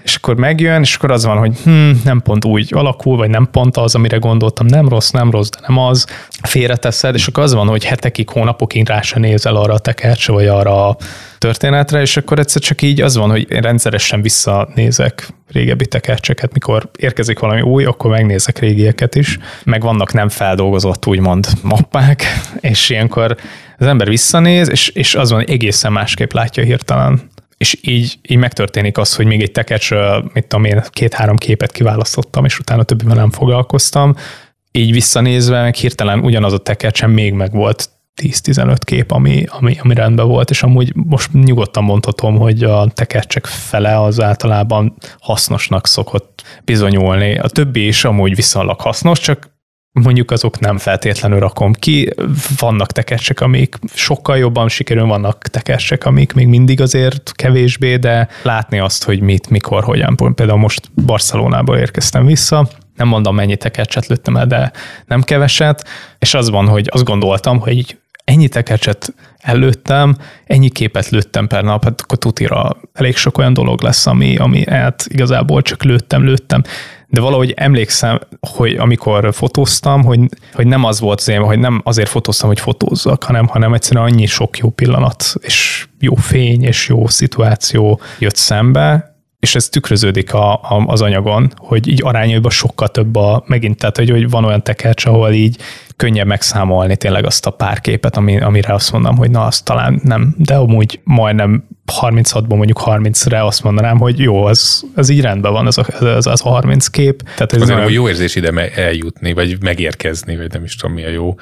Speaker 1: és akkor megjön, és akkor az van, hogy nem pont úgy alakul, vagy nem pont az, amire gondoltam, nem rossz, de nem az, félreteszed, és akkor az van, hogy hetekig, hónapokig rá se nézel arra a tekercsre, vagy arra a történetre, és akkor egyszer csak így az van, hogy én rendszeresen visszanézek régebbi tekercseket, mikor érkezik valami új, akkor megnézek régieket is, meg vannak nem feldolgozott úgymond mappák, és ilyenkor az ember visszanéz, és az van, hogy egészen másképp látja hirtelen. És így megtörténik az, hogy még egy tekercsről, mit tudom én, 2-3 képet kiválasztottam, és utána többivel nem foglalkoztam. Így visszanézve, meg hirtelen ugyanaz a tekercsen még meg volt 10-15 kép, ami rendben volt, és amúgy most nyugodtan mondhatom, hogy a tekercsek fele az általában hasznosnak szokott bizonyulni. A többi is amúgy viszonylag hasznos, csak mondjuk azok nem feltétlenül rakom ki. Vannak tekercsek, amik sokkal jobban sikerül, vannak tekercsek, amik még mindig azért kevésbé, de látni azt, hogy mit, mikor, hogyan. Például most Barcelonából érkeztem vissza, nem mondom, mennyi tekercset lőttem el, de nem keveset, és az van, hogy azt gondoltam, hogy ennyi tekercset előttem, ennyi képet lőttem per nap, hát akkor tutira elég sok olyan dolog lesz, ami igazából csak lőttem. De valahogy emlékszem, hogy amikor fotóztam, hogy nem az volt az én, hogy nem azért fotóztam, hogy fotózzak, hanem egyszerűen annyi sok jó pillanat, és jó fény, és jó szituáció jött szembe, és ez tükröződik az anyagon, hogy így arányaiban sokkal több megint, tehát hogy van olyan tekercs, ahol így könnyebb megszámolni tényleg azt a pár képet, amire azt mondom, hogy na, azt talán nem, de amúgy majdnem 36-ból mondjuk 30-re azt mondanám, hogy jó, az így rendben van, az a 30 kép. Tehát ez
Speaker 3: azért jó érzés ide eljutni, vagy megérkezni, vagy nem is tudom, mi a jó.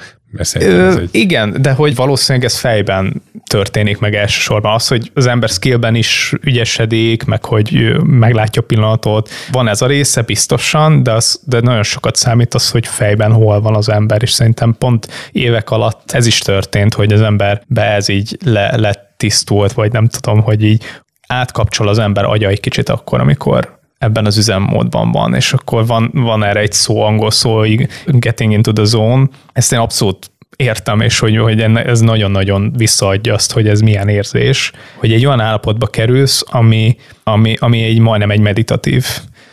Speaker 1: Igen, de hogy valószínűleg ez fejben történik meg elsősorban. Az, hogy az ember skillben is ügyesedik, meg hogy meglátja a pillanatot. Van ez a része biztosan, de nagyon sokat számít az, hogy fejben hol van az ember, és szerintem pont évek alatt ez is történt, hogy az emberbe ez így letisztult, vagy nem tudom, hogy így átkapcsol az ember agya egy kicsit akkor, amikor ebben az üzemmódban van, és akkor van erre egy szó, angol szó, getting into the zone. Ezt én abszolút értem, és hogy ez nagyon-nagyon visszaadja azt, hogy ez milyen érzés, hogy egy olyan állapotba kerülsz, ami majdnem egy meditatív.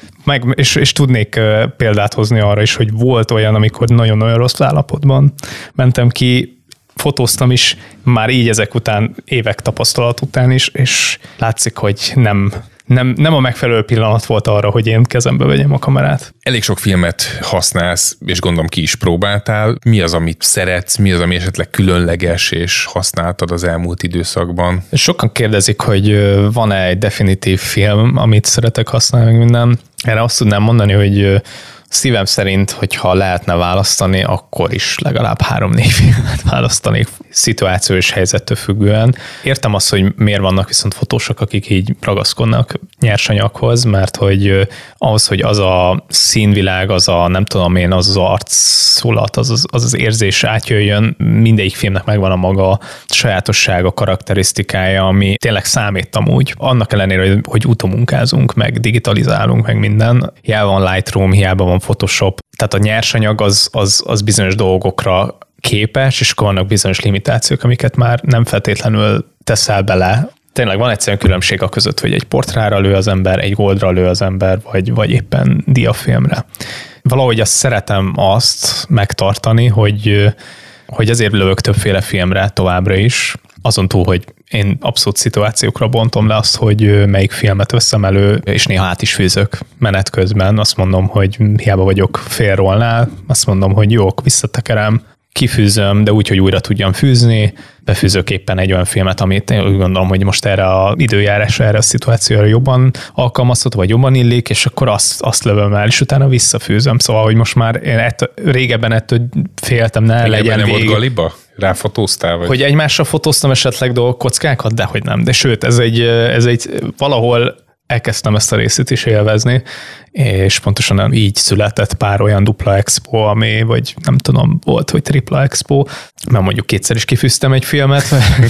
Speaker 1: És tudnék példát hozni arra is, hogy volt olyan, amikor nagyon-nagyon rossz állapotban mentem ki, fotóztam is, már így ezek után, évek tapasztalat után is, és látszik, hogy nem a megfelelő pillanat volt arra, hogy én kezembe vegyem a kamerát.
Speaker 3: Elég sok filmet használsz, és gondolom ki is próbáltál. Mi az, amit szeretsz, mi az, ami esetleg különleges, és használtad az elmúlt időszakban?
Speaker 1: Sokan kérdezik, hogy van-e egy definitív film, amit szeretek használni, meg minden. Erre azt tudnám mondani, hogy szívem szerint, hogyha lehetne választani, akkor is legalább 3-4 filmet választanék szituáció és helyzettől függően. Értem azt, hogy miért vannak viszont fotósok, akik így ragaszkodnak nyersanyaghoz, mert hogy ahhoz, hogy az a színvilág, az a nem tudom én, az arculat, az érzés átjöjjön, mindegyik filmnek megvan a maga sajátossága, karakterisztikája, ami tényleg számít amúgy. Annak ellenére, hogy utomunkázunk, meg digitalizálunk, meg minden. Hiába van Lightroom, hiába van Photoshop. Tehát a nyersanyag az bizonyos dolgokra képes, és akkor vannak bizonyos limitációk, amiket már nem feltétlenül teszel bele. Tényleg van egyszerűen különbség a között, hogy egy portrára lő az ember, egy goldra lő az ember, vagy éppen diafilmre. Valahogy azt szeretem azt megtartani, hogy azért lövök többféle filmre továbbra is, azon túl, hogy én abszolút szituációkra bontom le azt, hogy melyik filmet veszem elő, és néha át is fűzök menet közben. Azt mondom, hogy hiába vagyok fél rollnál, azt mondom, hogy jó, visszatekerem, kifűzöm, de úgy, hogy újra tudjam fűzni, befűzök éppen egy olyan filmet, amit én úgy gondolom, hogy most erre az időjárásra, erre a szituációra jobban alkalmazható, vagy jobban illik, és akkor azt lövöm el, és utána visszafűzöm. Szóval, hogy most már én régebben ettől féltem, ne legyen
Speaker 3: nem volt galiba? Ráfotóztál? Vagy?
Speaker 1: Hogy egymásra fotóztam esetleg kockákat, de hogy nem. De sőt, ez egy valahol elkezdtem ezt a részét is élvezni, és pontosan így született pár olyan dupla expo, vagy nem tudom, volt, hogy tripla expo, mert mondjuk kétszer is kifűztem egy filmet,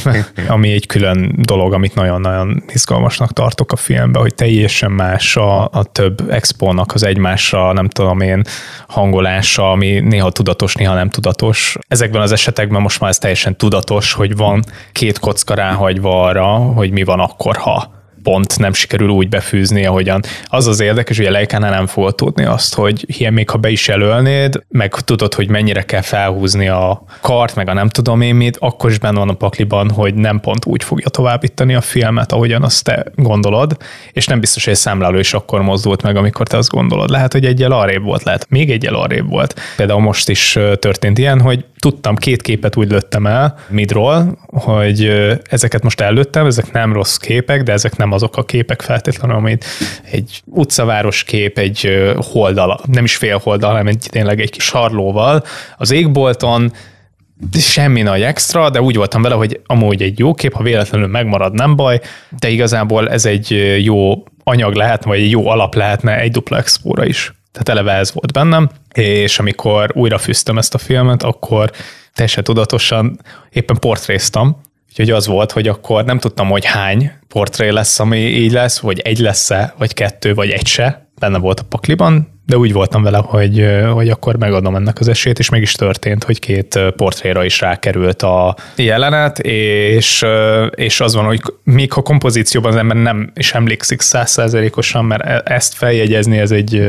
Speaker 1: ami egy külön dolog, amit nagyon-nagyon izgalmasnak tartok a filmbe, hogy teljesen más a több expónak az egymásra, nem tudom én, hangolása, ami néha tudatos, néha nem tudatos. Ezekben az esetekben most már ez teljesen tudatos, hogy van 2 kocka ráhagyva arra, hogy mi van akkor, ha. pont nem sikerül úgy befűzni, ahogyan. Az érdekes, hogy a Leicánál nem fogod tudni azt, hogy ilyen még ha be is jelölnéd, meg tudod, hogy mennyire kell felhúzni a kart, meg a nem tudom én mit, akkor is benne van a pakliban, hogy nem pont úgy fogja továbbítani a filmet, ahogyan azt te gondolod, és nem biztos, hogy egy számláló is akkor mozdult meg, amikor te azt gondolod. Lehet, hogy egyel arrébb volt, lehet még egyel arrébb volt. Például most is történt ilyen, hogy tudtam, 2 képet úgy lőttem el midról, hogy ezeket most ellőttem, ezek nem rossz képek, de ezek nem azok a képek feltétlenül, amit egy utcaváros kép, egy holdal, nem is fél holdal, hanem tényleg egy kis sarlóval az égbolton, semmi nagy extra, de úgy voltam vele, hogy amúgy egy jó kép, ha véletlenül megmarad, nem baj, de igazából ez egy jó anyag lehetne, vagy egy jó alap lehetne egy dupla expóra is. Tehát eleve ez volt bennem, és amikor újra fűztem ezt a filmet, akkor teljesen tudatosan éppen portréztam, úgyhogy az volt, hogy akkor nem tudtam, hogy hány portré lesz, ami így lesz, vagy 1 lesz-e, vagy 2, vagy 1 se, benne volt a pakliban, de úgy voltam vele, hogy akkor megadom ennek az esélyt, és meg is történt, hogy 2 portréra is rákerült a jelenet, és az van, hogy még ha kompozícióban az ember nem is emlékszik 100%-osan, mert ezt feljegyezni, ez egy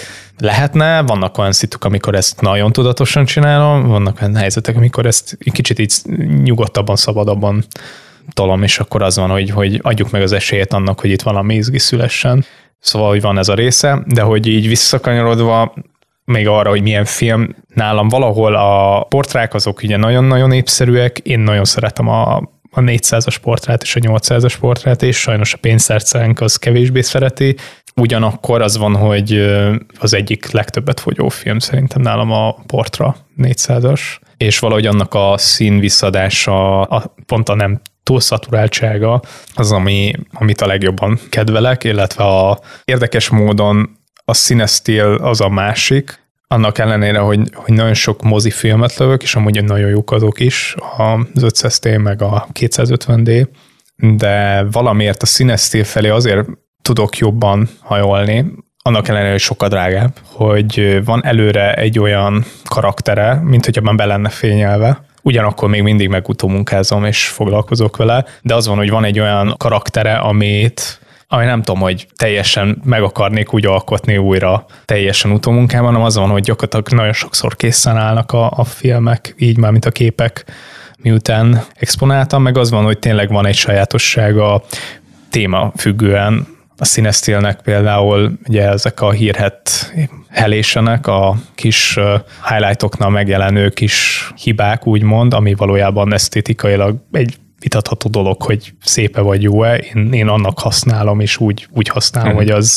Speaker 1: lehetne, vannak olyan szituk, amikor ezt nagyon tudatosan csinálom, vannak olyan helyzetek, amikor ezt kicsit így nyugodtabban, szabadabban tolom, és akkor az van, hogy adjuk meg az esélyt annak, hogy itt valami izgi szülessen. Szóval, hogy van ez a része, de hogy így visszakanyarodva még arra, hogy milyen film, nálam valahol a portrák azok ugye nagyon-nagyon népszerűek, én nagyon szeretem a 400-as portrát és a 800-as portrát, és sajnos a pénztárcánk az kevésbé szereti. Ugyanakkor az van, hogy az egyik legtöbbet fogyó film szerintem nálam a Portra 400-as, és valahogy annak a színvisszadása, pont a nem túlszaturáltsága az, amit a legjobban kedvelek, illetve a érdekes módon a színestíl az a másik, annak ellenére, hogy nagyon sok mozifilmet lövök, és amúgy nagyon jók azok is, az 500D meg a 250D, de valamiért a színestíl felé azért tudok jobban hajolni, annak ellenére, hogy sokkal drágább, hogy van előre egy olyan karaktere, mint hogy abban be lenne fényelve, ugyanakkor még mindig megutómunkázom és foglalkozok vele, de az van, hogy van egy olyan karaktere, ami nem tudom, hogy teljesen meg akarnék úgy alkotni újra teljesen utómunkában, hanem az van, hogy gyakorlatilag nagyon sokszor készen állnak a filmek, így már, mint a képek, miután exponáltam, meg az van, hogy tényleg van egy sajátossága téma függően. A színestílnek például ugye ezek a hírhedt helésenek, a kis highlightoknál megjelenő kis hibák, úgymond, ami valójában esztétikailag egy vitatható dolog, hogy szépe vagy jó-e. Én annak használom, és úgy használom,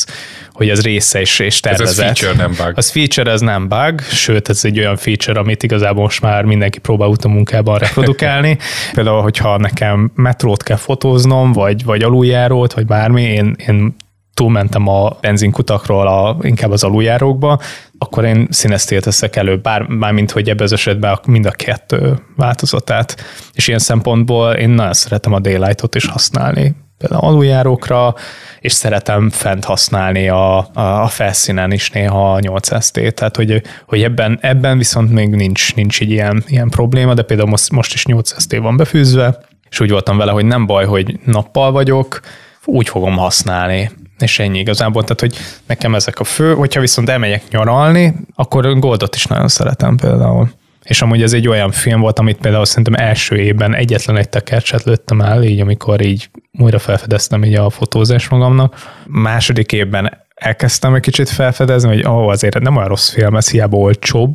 Speaker 1: hogy az része és tervezett.
Speaker 3: Ez feature, nem bug.
Speaker 1: Az feature, ez nem bug, sőt, ez egy olyan feature, amit igazából most már mindenki próbál utómunkában reprodukálni. Például, hogyha nekem metrót kell fotóznom, vagy aluljárót, vagy bármi, én túlmentem a benzinkutakról inkább az aluljárókba, akkor én színestílt teszek elő, bármint, hogy ebben az esetben mind a 2 változatát. És ilyen szempontból én nagyon szeretem a daylightot is használni, például aluljárókra, és szeretem fent használni a felszínen is néha a 800D, tehát hogy ebben viszont még nincs így ilyen probléma, de például most is 800D van befűzve, és úgy voltam vele, hogy nem baj, hogy nappal vagyok, úgy fogom használni. És ennyi igazából, tehát hogy nekem ezek a fő, hogyha viszont elmegyek nyaralni, akkor Goldot is nagyon szeretem például. És amúgy ez egy olyan film volt, amit például szerintem első évben egyetlen egy tekercset lőttem el, így amikor így újra felfedeztem így a fotózás magamnak. Második évben elkezdtem egy kicsit felfedezni, hogy azért nem olyan rossz film, ez hiába olcsóbb,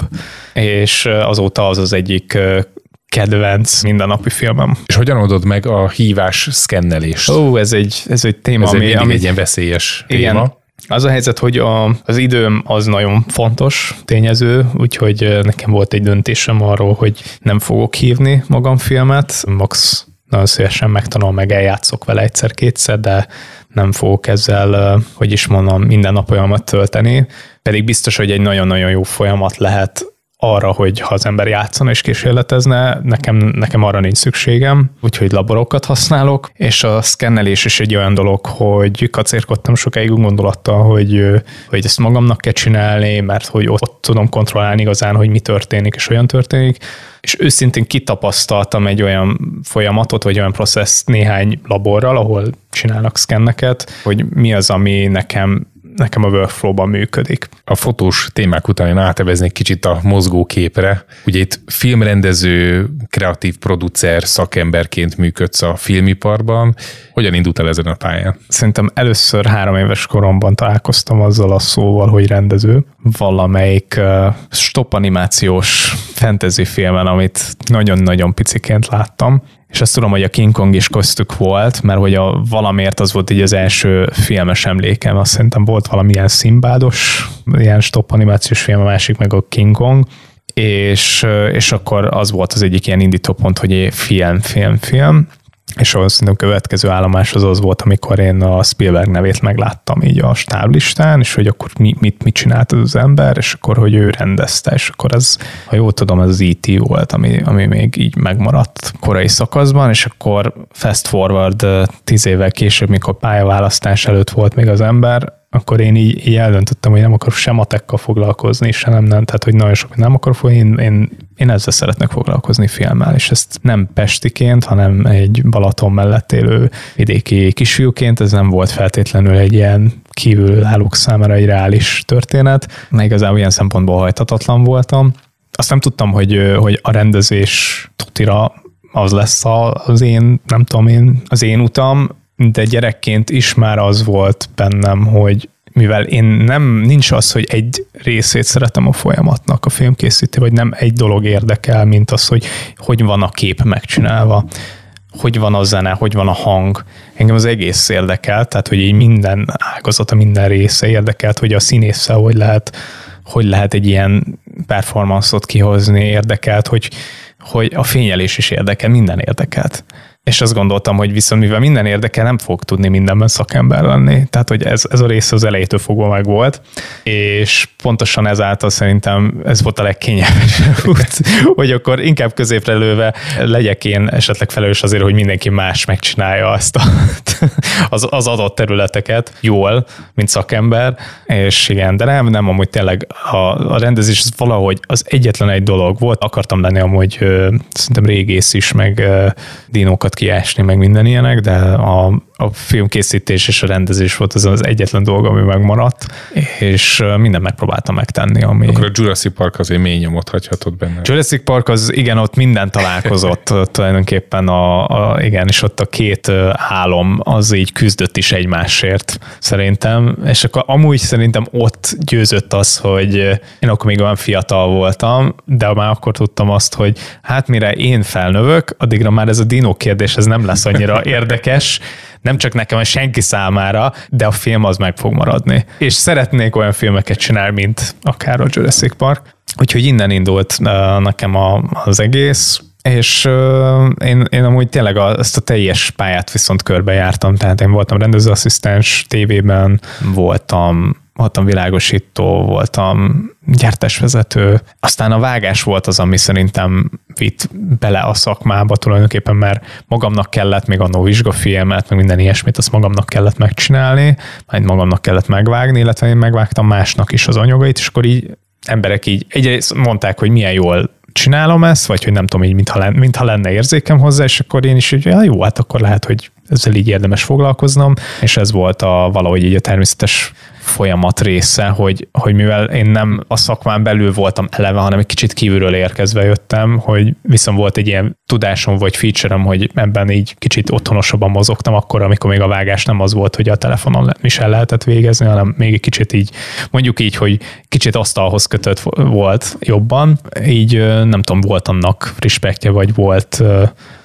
Speaker 1: és azóta az egyik kedvenc mindennapi filmem.
Speaker 3: És hogyan oldod meg a hívás szkennelést?
Speaker 1: Ez egy téma,
Speaker 3: ami egy ilyen veszélyes téma.
Speaker 1: Igen. Az a helyzet, hogy az időm az nagyon fontos tényező, úgyhogy nekem volt egy döntésem arról, hogy nem fogok hívni magam filmet. Max nagyon szívesen megtanul, meg eljátszok vele egyszer-kétszer, de nem fogok ezzel, minden nap olyamat tölteni. Pedig biztos, hogy egy nagyon-nagyon jó folyamat lehet arra, hogy ha az ember játszana és kísérletezne, nekem arra nincs szükségem, úgyhogy laborokat használok, és a szkennelés is egy olyan dolog, hogy kacérkodtam sokáig gondolattal, hogy ezt magamnak kell csinálni, mert hogy ott tudom kontrollálni igazán, hogy mi történik, és olyan történik, és őszintén kitapasztaltam egy olyan folyamatot, vagy olyan processzt néhány laborral, ahol csinálnak szkenneket, hogy mi az, ami nekem a workflow-ban működik.
Speaker 3: A fotós témák után én áteveznék kicsit a mozgóképre. Ugye itt filmrendező, kreatív producer, szakemberként működsz a filmiparban. Hogyan indult el ezen a pályán?
Speaker 1: Szerintem először 3 éves koromban találkoztam azzal a szóval, hogy rendező. Valamelyik stop animációs fantasy filmen, amit nagyon-nagyon piciként láttam. És azt tudom, hogy a King Kong is köztük volt, mert hogy valamiért az volt így az első filmes emlékem. Azt szerintem volt valamilyen Szimbádos, ilyen stop animációs film, a másik meg a King Kong, és akkor az volt az egyik ilyen indítópont, hogy film. És ahhoz szerintem következő állomás az volt, amikor én a Spielberg nevét megláttam így a stáblistán, és hogy akkor mit csinált az ember, és akkor, hogy ő rendezte, és akkor ez, ha jól tudom, ez az E.T. volt, ami még így megmaradt korai szakaszban, és akkor fast forward 10 évvel később, mikor pályaválasztás előtt volt még az ember, akkor én így eldöntöttem, hogy nem akarok sem matekkal foglalkozni, sem nem, tehát hogy nagyon sok nem akarok foglalkozni, én ezzel szeretnek foglalkozni filmmel, és ezt nem pestiként, hanem egy Balaton mellett élő vidéki kisfiúként, ez nem volt feltétlenül egy ilyen kívülállók számára egy reális történet, mert igazából ilyen szempontból hajthatatlan voltam. Azt nem tudtam, hogy a rendezés tutira az lesz az én utam, de gyerekként is már az volt bennem, hogy mivel én nincs az, hogy egy részét szeretem a folyamatnak, a filmkészítés, vagy nem egy dolog érdekel, mint az, hogy van a kép megcsinálva, hogy van a zene, hogy van a hang. Engem az egész érdekelt, tehát hogy így minden ágazata, minden része érdekelt, hogy a színésszel hogy lehet egy ilyen performance-ot kihozni, érdekelt, hogy a fényelés is érdekel, minden érdekelt. És azt gondoltam, hogy viszont mivel minden érdekel, nem fog tudni mindenben szakember lenni. Tehát, hogy ez a rész az elejétől fogva meg volt, és pontosan ezáltal szerintem ez volt a legkényelmesebb út, hogy akkor inkább középre lőve legyek én esetleg felelős azért, hogy mindenki más megcsinálja azt az adott területeket jól, mint szakember, és igen, de nem amúgy tényleg a rendezés az valahogy az egyetlen egy dolog volt. Akartam lenni amúgy szerintem régész is, meg dinókat kiásni, meg minden ilyenek, de a filmkészítés és a rendezés volt az egyetlen dolog, ami megmaradt, és mindent megpróbáltam megtenni.
Speaker 3: Akkor a Jurassic Park azért mély nyomot hagyhatott benne.
Speaker 1: Jurassic Park az, igen, ott minden találkozott tulajdonképpen, igen, és ott a két álom az így küzdött is egymásért szerintem, és akkor amúgy szerintem ott győzött az, hogy én akkor még olyan fiatal voltam, de már akkor tudtam azt, hogy hát mire én felnövök, addigra már ez a dinó kérdés, ez nem lesz annyira érdekes, nem csak nekem, hanem senki számára, de a film az meg fog maradni. És szeretnék olyan filmeket csinálni, mint akár a Jurassic Park. Úgyhogy innen indult nekem az egész, és én amúgy tényleg ezt a teljes pályát viszont körbejártam, tehát én voltam rendezőasszisztens tévében, voltam világosító, voltam gyártásvezető, aztán a vágás volt az, ami szerintem vitt bele a szakmába tulajdonképpen, mert magamnak kellett még annó vizsgafilmet, meg minden ilyesmit, azt magamnak kellett megcsinálni, majd magamnak kellett megvágni, illetve én megvágtam másnak is az anyagait, és akkor így emberek így egyrészt mondták, hogy milyen jól csinálom ezt, vagy hogy nem tudom, így mintha lenne érzékem hozzá, és akkor én is így, jó, hát akkor lehet, hogy ezzel így érdemes foglalkoznom, és ez volt valahogy így a természetes folyamat része, hogy mivel én nem a szakmán belül voltam eleve, hanem egy kicsit kívülről érkezve jöttem, hogy viszont volt egy ilyen tudásom vagy feature-om, hogy ebben így kicsit otthonosabban mozogtam akkor, amikor még a vágás nem az volt, hogy a telefonon is el lehetett végezni, hanem még egy kicsit így, mondjuk így, hogy kicsit asztalhoz kötött volt jobban, így nem tudom, volt annak respektje, vagy volt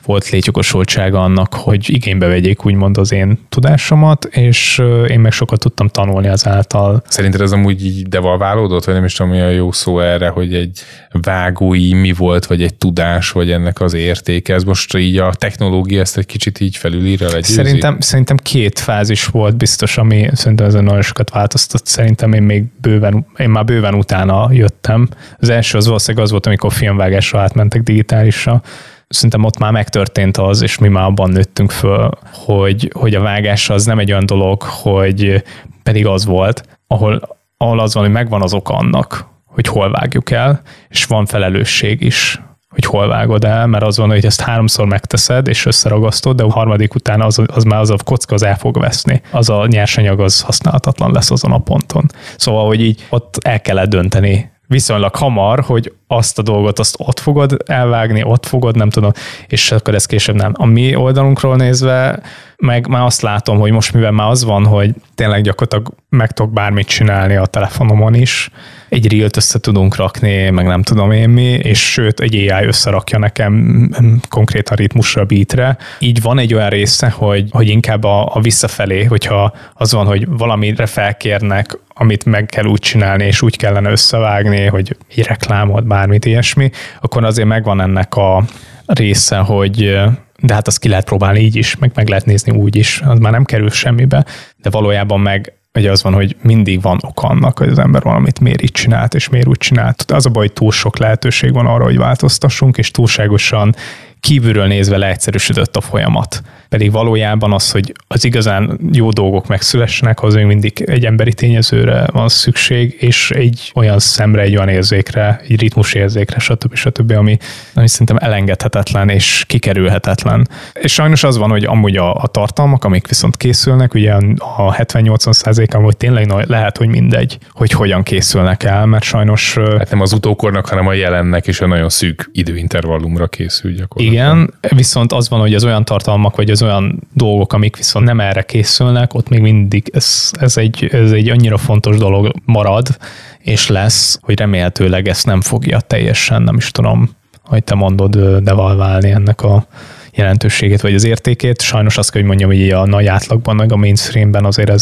Speaker 1: volt létjogosultsága annak, hogy igénybe vegyék úgymond az én tudásomat, és én meg sokat tudtam tanulni azáltal.
Speaker 3: Szerinted ez amúgy így devalválódott, vagy nem is tudom, mi a jó szó erre, hogy egy vágói mi volt, vagy egy tudás, vagy ennek az értéke? Ez most így a technológia ezt egy kicsit így felülírja, legyőzi?
Speaker 1: Szerintem két fázis volt biztos, ami szerintem ezen nagyon sokat változtat. Szerintem én már bőven utána jöttem. Az első az valószínűleg az volt, amikor filmvágásra átmentek digitálisra. Szerintem ott már megtörtént az, és mi már abban nőttünk föl, hogy a vágás az nem egy olyan dolog, hogy pedig az volt, ahol az van, hogy megvan az oka annak, hogy hol vágjuk el, és van felelősség is, hogy hol vágod el, mert az van, hogy ezt 3-szor megteszed, és összeragasztod, de a harmadik után az már az a kocka az el fog veszni. Az a nyersanyag az használhatatlan lesz azon a ponton. Szóval, hogy így ott el kellett dönteni viszonylag hamar, hogy azt a dolgot azt ott fogod elvágni, ott fogod, nem tudom, és akkor ez később nem. A mi oldalunkról nézve, meg már azt látom, hogy most mivel már az van, hogy tényleg gyakorlatilag meg tudok bármit csinálni a telefonomon is, egy reelt össze tudunk rakni, meg nem tudom én mi, és sőt, egy AI összerakja nekem konkrétan ritmusra, beatre. Így van egy olyan része, hogy inkább a visszafelé, hogyha az van, hogy valamire felkérnek, amit meg kell úgy csinálni, és úgy kellene összevágni, hogy egy reklámot, bármit ilyesmi, akkor azért megvan ennek a része, hogy de hát azt ki lehet próbálni így is, meg lehet nézni úgy is, az már nem kerül semmibe, de valójában meg ugye az van, hogy mindig van oka annak, hogy az ember valamit miért így csinált, és miért úgy csinált. Az a baj, hogy túl sok lehetőség van arra, hogy változtassunk, és túlságosan kívülről nézve leegyszerűsödött a folyamat. Pedig valójában az, hogy az igazán jó dolgok megszülessenek, az még mindig egy emberi tényezőre van szükség, és egy olyan szemre, egy olyan érzékre, egy ritmusérzékre, stb., ami szerintem elengedhetetlen és kikerülhetetlen. És sajnos az van, hogy amúgy a tartalmak, amik viszont készülnek, ugye a 70-80% amúgy tényleg lehet, hogy mindegy, hogy hogyan készülnek el, mert sajnos...
Speaker 3: Hát nem az utókornak, hanem a jelennek is a nagyon szűk időintervallumra készül gyakorlatilag.
Speaker 1: Igen, viszont az van, hogy az olyan tartalmak, vagy az olyan dolgok, amik viszont nem erre készülnek, ott még mindig ez egy annyira fontos dolog marad, és lesz, hogy remélhetőleg ezt nem fogja teljesen, nem is tudom, hogy te mondod, devalválni ennek a jelentőségét, vagy az értékét. Sajnos azt kell, hogy mondjam, hogy a nagy átlagban, meg a mainstreamben azért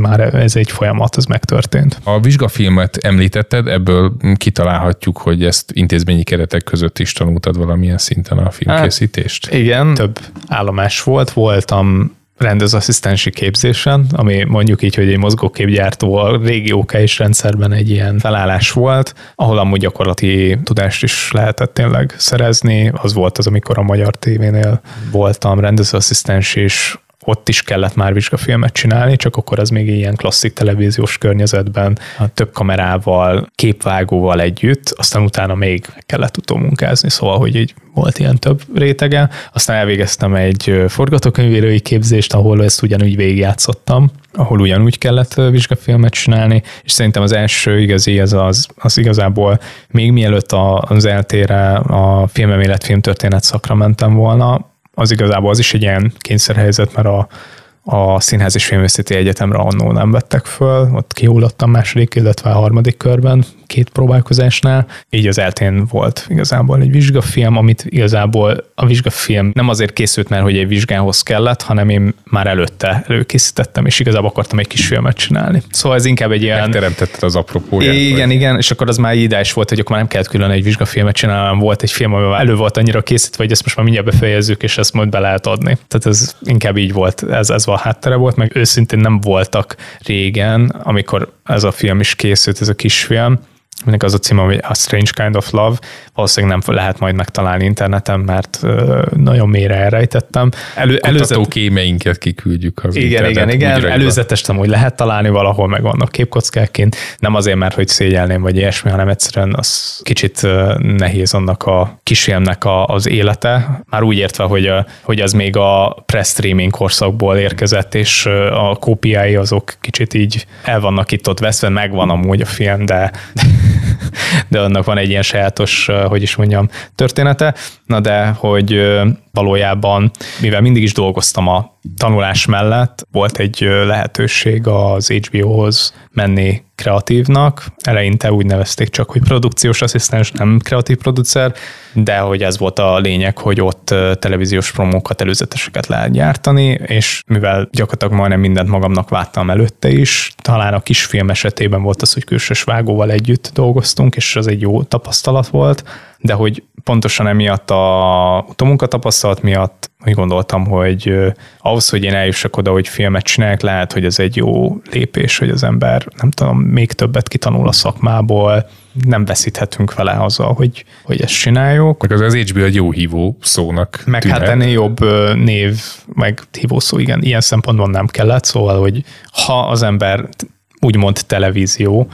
Speaker 1: ez egy folyamat, ez megtörtént.
Speaker 3: A vizsgafilmet említetted, ebből kitalálhatjuk, hogy ezt intézményi keretek között is tanultad valamilyen szinten a filmkészítést?
Speaker 1: Hát, igen, több állomás voltam rendezőasszisztensi képzésen, ami mondjuk így, hogy egy mozgóképgyártó a régi OKS rendszerben egy ilyen felállás volt, ahol amúgy gyakorlati tudást is lehetett tényleg szerezni. Az volt az, amikor a Magyar TV-nél voltam rendezőasszisztens, és ott is kellett már vizsgafilmet csinálni, csak akkor az még ilyen klasszik televíziós környezetben, több kamerával, képvágóval együtt, aztán utána még kellett utómunkázni, szóval, hogy így volt ilyen több rétege. Aztán elvégeztem egy forgatókönyvírói képzést, ahol ezt ugyanúgy végigjátszottam, ahol ugyanúgy kellett vizsgafilmet csinálni, és szerintem az első igazi, az igazából még mielőtt az eltére a filmemélet, filmtörténet szakra mentem volna, az igazából az is egy ilyen kényszerhelyzet, mert a Színház és Filmművészeti Egyetemre annól nem vettek föl, ott kihullottam második, illetve a harmadik körben, 2 próbálkozásnál. Így az eltén volt igazából egy vizsgafilm, amit igazából a vizsgafilm nem azért készült, mert hogy egy vizsgához kellett, hanem én már előtte előkészítettem, és igazából akartam egy kis filmet csinálni. Szóval ez inkább egy ilyen...
Speaker 3: Megteremtetted az apropóját.
Speaker 1: Igen, és akkor az már ideális volt, hogy akkor már nem kellett külön egy vizsgafilmet csinálni, hanem volt egy film, ami elő volt annyira készítve, hogy ezt most már mindjárt befejezzük, és ezt majd be lehet adni. Tehát ez inkább így volt, ez a háttere volt, meg őszintén nem voltak régen, amikor ez a film is készült, ez a kisfilm, aminek az a cím, hogy a Strange Kind of Love, valószínűleg nem lehet majd megtalálni interneten, mert nagyon mélyre elrejtettem.
Speaker 3: Kutatókémeinket kiküldjük az
Speaker 1: Igen. Előzetesen, hogy lehet találni valahol, meg vannak képkockáként. Nem azért, mert hogy szégyelném, vagy ilyesmi, hanem egyszerűen az kicsit nehéz annak a kisfilmnek az élete. Már úgy értve, hogy az még a pre-streaming korszakból érkezett, és a kópiái azok kicsit így el vannak itt ott veszve, megvan amúgy a film, de annak van egy ilyen sajátos, hogy is mondjam, története. Na de, hogy valójában, mivel mindig is dolgoztam a tanulás mellett, volt egy lehetőség az HBO-hoz menni kreatívnak. Eleinte úgy nevezték csak, hogy produkciós asszisztens, nem kreatív producer, de hogy ez volt a lényeg, hogy ott televíziós promókat, előzeteseket lehet gyártani, és mivel gyakorlatilag majdnem mindent magamnak vártam előtte is, talán a kisfilm esetében volt az, hogy külsős vágóval együtt dolgoztunk, és az egy jó tapasztalat volt, de hogy pontosan emiatt a utómunkatapasztalat miatt úgy gondoltam, hogy ahhoz, hogy én eljussak oda, hogy filmet csinálják, lehet, hogy ez egy jó lépés, hogy az ember, nem tudom, még többet kitanul a szakmából, nem veszíthetünk vele azzal, hogy ezt csináljuk.
Speaker 3: Meg az HBO egy jó hívó szónak
Speaker 1: meg
Speaker 3: tűnhet.
Speaker 1: Hát ennél jobb név, meg hívó szó, igen, ilyen szempontból nem kellett, szóval, hogy ha az ember úgymond televízió,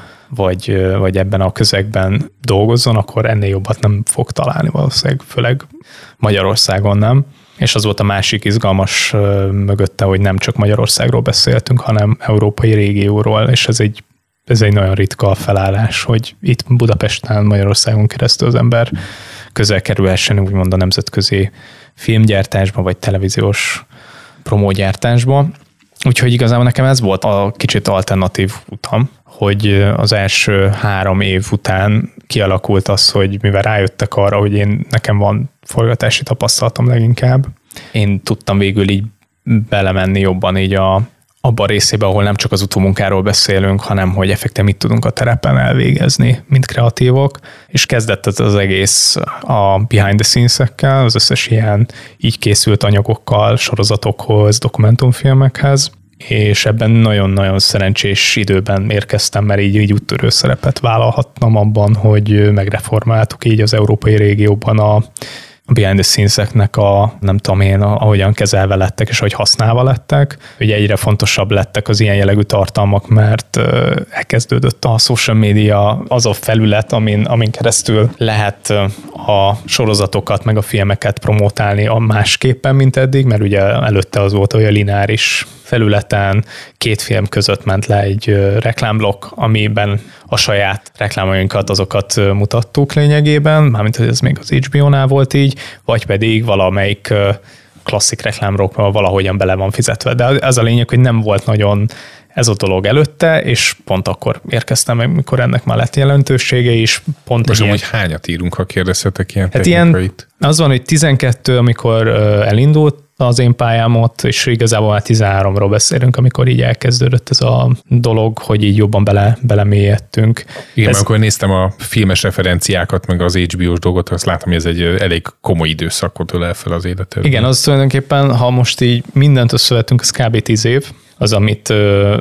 Speaker 1: vagy ebben a közegben dolgozzon, akkor ennél jobbat nem fog találni valószínűleg, főleg Magyarországon nem. És az volt a másik izgalmas mögötte, hogy nem csak Magyarországról beszéltünk, hanem európai régióról, és ez egy nagyon ritka felállás, hogy itt Budapesten, Magyarországon keresztül az ember közel kerülhessen úgymond a nemzetközi filmgyártásba, vagy televíziós promógyártásba. Úgyhogy igazából nekem ez volt a kicsit alternatív utam, hogy az első 3 év után kialakult az, hogy mivel rájöttek arra, hogy nekem van forgatási tapasztalatom leginkább, én tudtam végül így belemenni jobban így abban a részébe, ahol nem csak az utómunkáról beszélünk, hanem hogy effektíven mit tudunk a terepen elvégezni, mint kreatívok, és kezdett az egész a behind the scenes-ekkel, az összes ilyen így készült anyagokkal, sorozatokhoz, dokumentumfilmekhez, és ebben nagyon-nagyon szerencsés időben érkeztem, mert így úttörő szerepet vállalhattam abban, hogy megreformáltuk így az európai régióban a behind the scenes-eknek nem tudom én, ahogyan kezelve lettek, és hogy használva lettek. Ugye egyre fontosabb lettek az ilyen jellegű tartalmak, mert elkezdődött a social media, az a felület, amin keresztül lehet a sorozatokat, meg a filmeket promotálni másképpen, mint eddig, mert ugye előtte az volt, hogy a lineáris felületen 2 film között ment le egy reklámblokk, amiben a saját reklámainkat, azokat mutattuk lényegében, mármint hogy ez még az HBO-nál volt így, vagy pedig valamelyik klasszik reklámblokk valahogyan bele van fizetve. De ez a lényeg, hogy nem volt nagyon ez a dolog előtte, és pont akkor érkeztem meg, mikor ennek már lett jelentősége is. Pont
Speaker 3: most amúgy hányat írunk, ha kérdezhetek ilyen
Speaker 1: hát
Speaker 3: technikait?
Speaker 1: Ilyen, az van, hogy 12, amikor elindult az én pályámot, és igazából már 13-ról beszélünk, amikor így elkezdődött ez a dolog, hogy így jobban belemélyedtünk.
Speaker 3: Igen, amikor néztem a filmes referenciákat, meg az HBO-s dolgot, azt látom, hogy ez egy elég komoly időszakot ölel fel az életedben.
Speaker 1: Igen, az tulajdonképpen, ha most így mindent összevetünk, az kb. 10 év, az, amit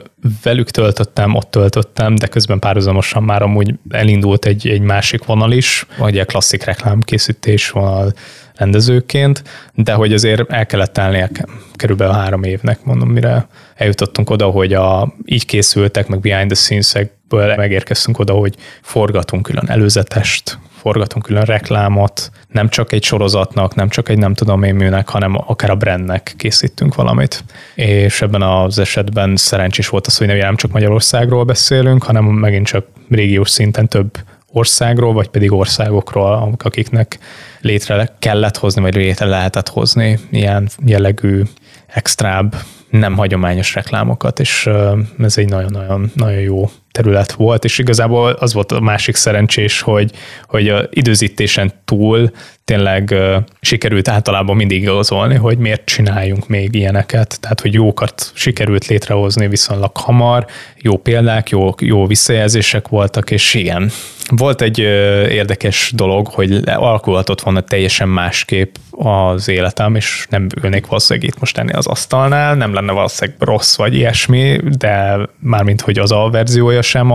Speaker 1: velük töltöttem, ott töltöttem, de közben párhuzamosan már amúgy elindult egy másik vonal is, vagy a klasszik reklámkészítés vonal rendezőként, de hogy azért el kellett állni körülbelül 3 évnek, mondom, mire eljutottunk oda, hogy így készültek, meg behind the scenes-ekből megérkeztünk oda, hogy forgatunk külön előzetest, forgatunk külön reklámot, nem csak egy sorozatnak, nem csak egy nem tudom én műnek, hanem akár a brandnek készítünk valamit. És ebben az esetben szerencsés volt az, hogy nem csak Magyarországról beszélünk, hanem megint csak régiós szinten több országról, vagy pedig országokról, akiknek létre kellett hozni, vagy létre lehetett hozni ilyen jellegű extrább, nem hagyományos reklámokat, és ez egy nagyon jó terület volt, és igazából az volt a másik szerencsés, hogy a időzítésen túl tényleg sikerült általában mindig igazolni, hogy miért csináljunk még ilyeneket, tehát hogy jókat sikerült létrehozni viszonylag hamar, jó példák, jó visszajelzések voltak, és igen. Volt egy érdekes dolog, hogy alakulhatott volna teljesen másképp az életem, és nem ülnék valószínűleg itt most ennél az asztalnál, nem lenne valószínűleg rossz vagy ilyesmi, de mármint, hogy az a verziója sem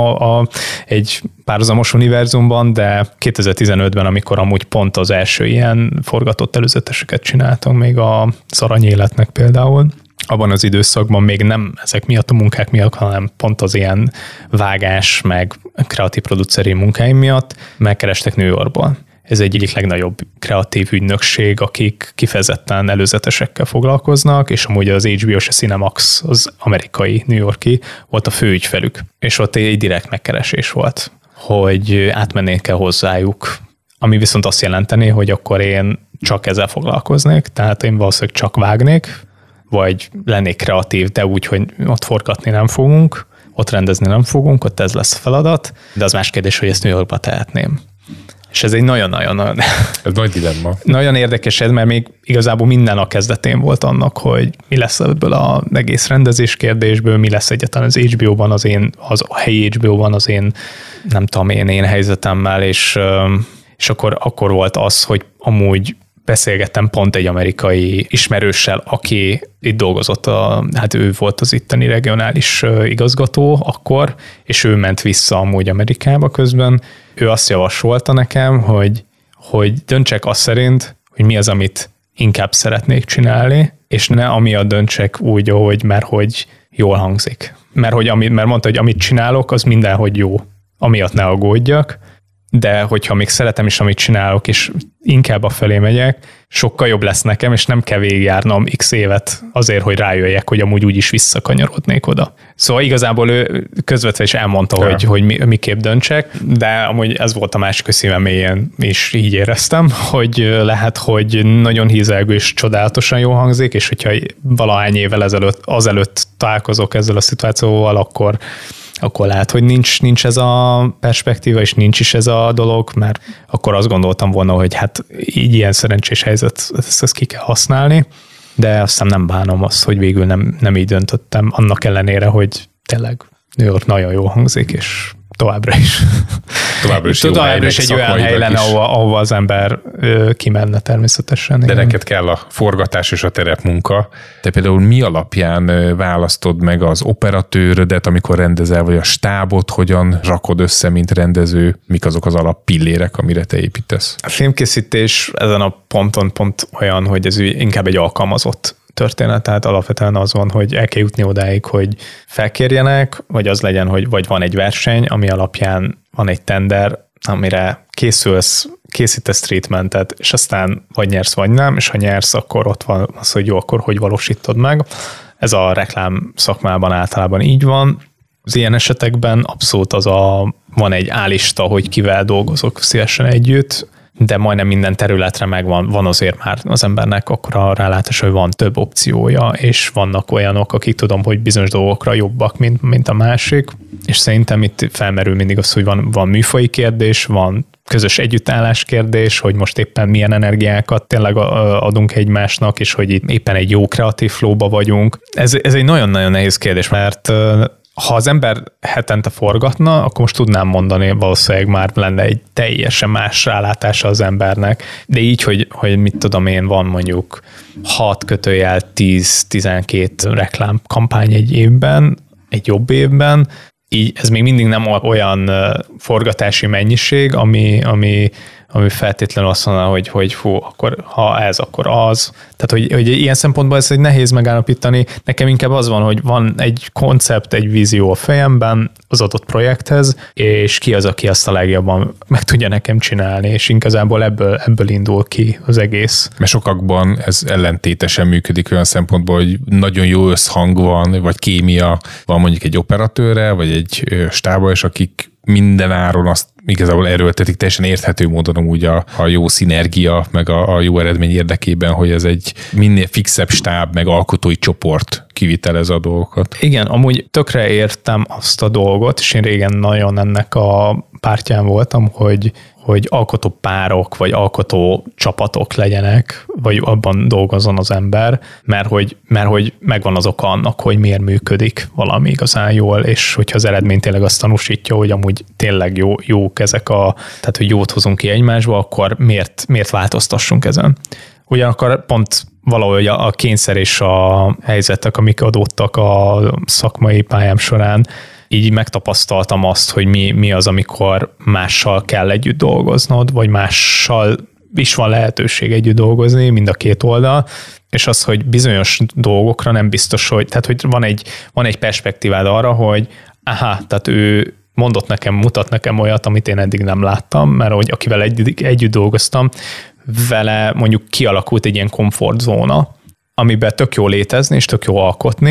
Speaker 1: egy párhuzamos univerzumban, de 2015-ben, amikor amúgy pont az első ilyen forgatott előzeteseket csináltam, még az Aranyéletnek például, abban az időszakban még nem ezek miatt a munkák miatt, hanem pont az ilyen vágás, meg kreatív produceri munkáim miatt megkerestek New Yorkból. Ez egyik legnagyobb kreatív ügynökség, akik kifejezetten előzetesekkel foglalkoznak, és amúgy az HBO-s, a Cinemax, az amerikai, New Yorki volt a főügyfelük. És ott egy direkt megkeresés volt, hogy átmennék el hozzájuk, ami viszont azt jelenteni, hogy akkor én csak ezzel foglalkoznék, tehát én valószínűleg csak vágnék, vagy lennék kreatív, de úgy, hogy ott forgatni nem fogunk, ott rendezni nem fogunk, ott ez lesz a feladat, de az más kérdés, hogy ezt New Yorkba tehetném. És ez egy nagyon-nagyon...
Speaker 3: Ez nagy dilemma.
Speaker 1: Nagyon érdekes ez, mert még igazából minden a kezdetén volt annak, hogy mi lesz ebből az egész rendezés kérdésből, mi lesz egyáltalán az HBO-ban, az helyi HBO-ban az én, nem tudom én helyzetemmel, és akkor volt az, hogy amúgy beszélgettem pont egy amerikai ismerőssel, aki itt dolgozott, hát ő volt az itteni regionális igazgató akkor, és ő ment vissza amúgy Amerikába közben. Ő azt javasolta nekem, hogy döntsek azt szerint, hogy mi az, amit inkább szeretnék csinálni, és ne amiatt döntsek úgy, mert hogy jól hangzik. Mert mondta, hogy amit csinálok, az mindenhogy jó. Amiatt ne aggódjak, de hogyha még szeretem is, amit csinálok, és inkább afelé megyek, sokkal jobb lesz nekem, és nem kell végigjárnom x évet azért, hogy rájöjjek, hogy amúgy úgyis visszakanyarodnék oda. Szóval igazából ő közvetve is elmondta, hogy miképp döntsek, de amúgy ez volt a másik szívem mélyén, és így éreztem, hogy lehet, hogy nagyon hízelgő és csodálatosan jó hangzik, és hogyha valahány évvel azelőtt találkozok ezzel a szituációval, akkor lehet, hogy nincs ez a perspektíva, és nincs is ez a dolog, mert akkor azt gondoltam volna, hogy hát így ilyen szerencsés helyzet, ezt ki kell használni, de aztán nem bánom azt, hogy végül nem így döntöttem, annak ellenére, hogy tényleg New York nagyon jól hangzik, és továbbra is egy olyan hely lenne, ahova az ember kimenne természetesen.
Speaker 3: De neked kell a forgatás és a terepmunka. Te például mi alapján választod meg az operatőrödet, amikor rendezel, vagy a stábot, hogyan rakod össze, mint rendező, mik azok az alappillérek, amire te építesz?
Speaker 1: A filmkészítés ezen a ponton pont olyan, hogy ez inkább egy alkalmazott történet, tehát alapvetően az van, hogy el kell jutni odáig, hogy felkérjenek, vagy az legyen, hogy vagy van egy verseny, ami alapján van egy tender, amire készítesz treatmentet, és aztán vagy nyersz, vagy nem, és ha nyersz, akkor ott van az, hogy jó, akkor hogy valósítod meg. Ez a reklám szakmában általában így van. Az ilyen esetekben abszolút van egy állista, hogy kivel dolgozok szívesen együtt, de majdnem minden területre van azért már az embernek akkora rálátás, hogy van több opciója, és vannak olyanok, akik tudom, hogy bizonyos dolgokra jobbak, mint a másik, és szerintem itt felmerül mindig az, hogy van műfaji kérdés, van közös együttállás kérdés, hogy most éppen milyen energiákat tényleg adunk egymásnak, és hogy itt éppen egy jó kreatív flowba vagyunk. Ez egy nagyon-nagyon nehéz kérdés, mert ha az ember hetente forgatna, akkor most tudnám mondani, valószínűleg már lenne egy teljesen más rálátása az embernek. De így, hogy mit tudom én, van mondjuk 6-10-12 reklámkampány egy évben, egy jobb évben, így ez még mindig nem olyan forgatási mennyiség, ami feltétlenül azt mondaná, hogy hú, akkor ha ez, akkor az. Tehát, hogy ilyen szempontból ez egy nehéz megállapítani. Nekem inkább az van, hogy van egy koncept, egy vízió a fejemben az adott projekthez, és ki az, aki azt a legjobban meg tudja nekem csinálni, és igazából ebből indul ki az egész.
Speaker 3: Mert sokakban ez ellentétesen működik olyan szempontból, hogy nagyon jó összhang van, vagy kémia van mondjuk egy operatőre, vagy egy stába, és akik minden áron azt igazából erőltetik teljesen érthető módon úgy a jó szinergia, meg a jó eredmény érdekében, hogy ez egy minél fixebb stáb, meg alkotói csoport kivitelez a dolgokat.
Speaker 1: Igen, amúgy tökre értem azt a dolgot, és én régen nagyon ennek a pártján voltam, hogy alkotó párok, vagy alkotó csapatok legyenek, vagy abban dolgozzon az ember, mert hogy megvan az oka annak, hogy miért működik valami igazán jól, és hogyha az eredmény tényleg azt tanúsítja, hogy amúgy tényleg jók ezek tehát hogy jót hozunk ki egymásba, akkor miért változtassunk ezen? Ugyanakkor pont valahogy a kényszer és a helyzetek, amik adódtak a szakmai pályám során, így megtapasztaltam azt, hogy mi az, amikor mással kell együtt dolgoznod, vagy mással is van lehetőség együtt dolgozni, mind a két oldal, és az, hogy bizonyos dolgokra nem biztos, tehát hogy van egy perspektívád arra, hogy tehát ő mutat nekem olyat, amit én eddig nem láttam, mert hogy akivel együtt dolgoztam, vele mondjuk kialakult egy ilyen komfortzóna, amiben tök jó létezni, és tök jó alkotni,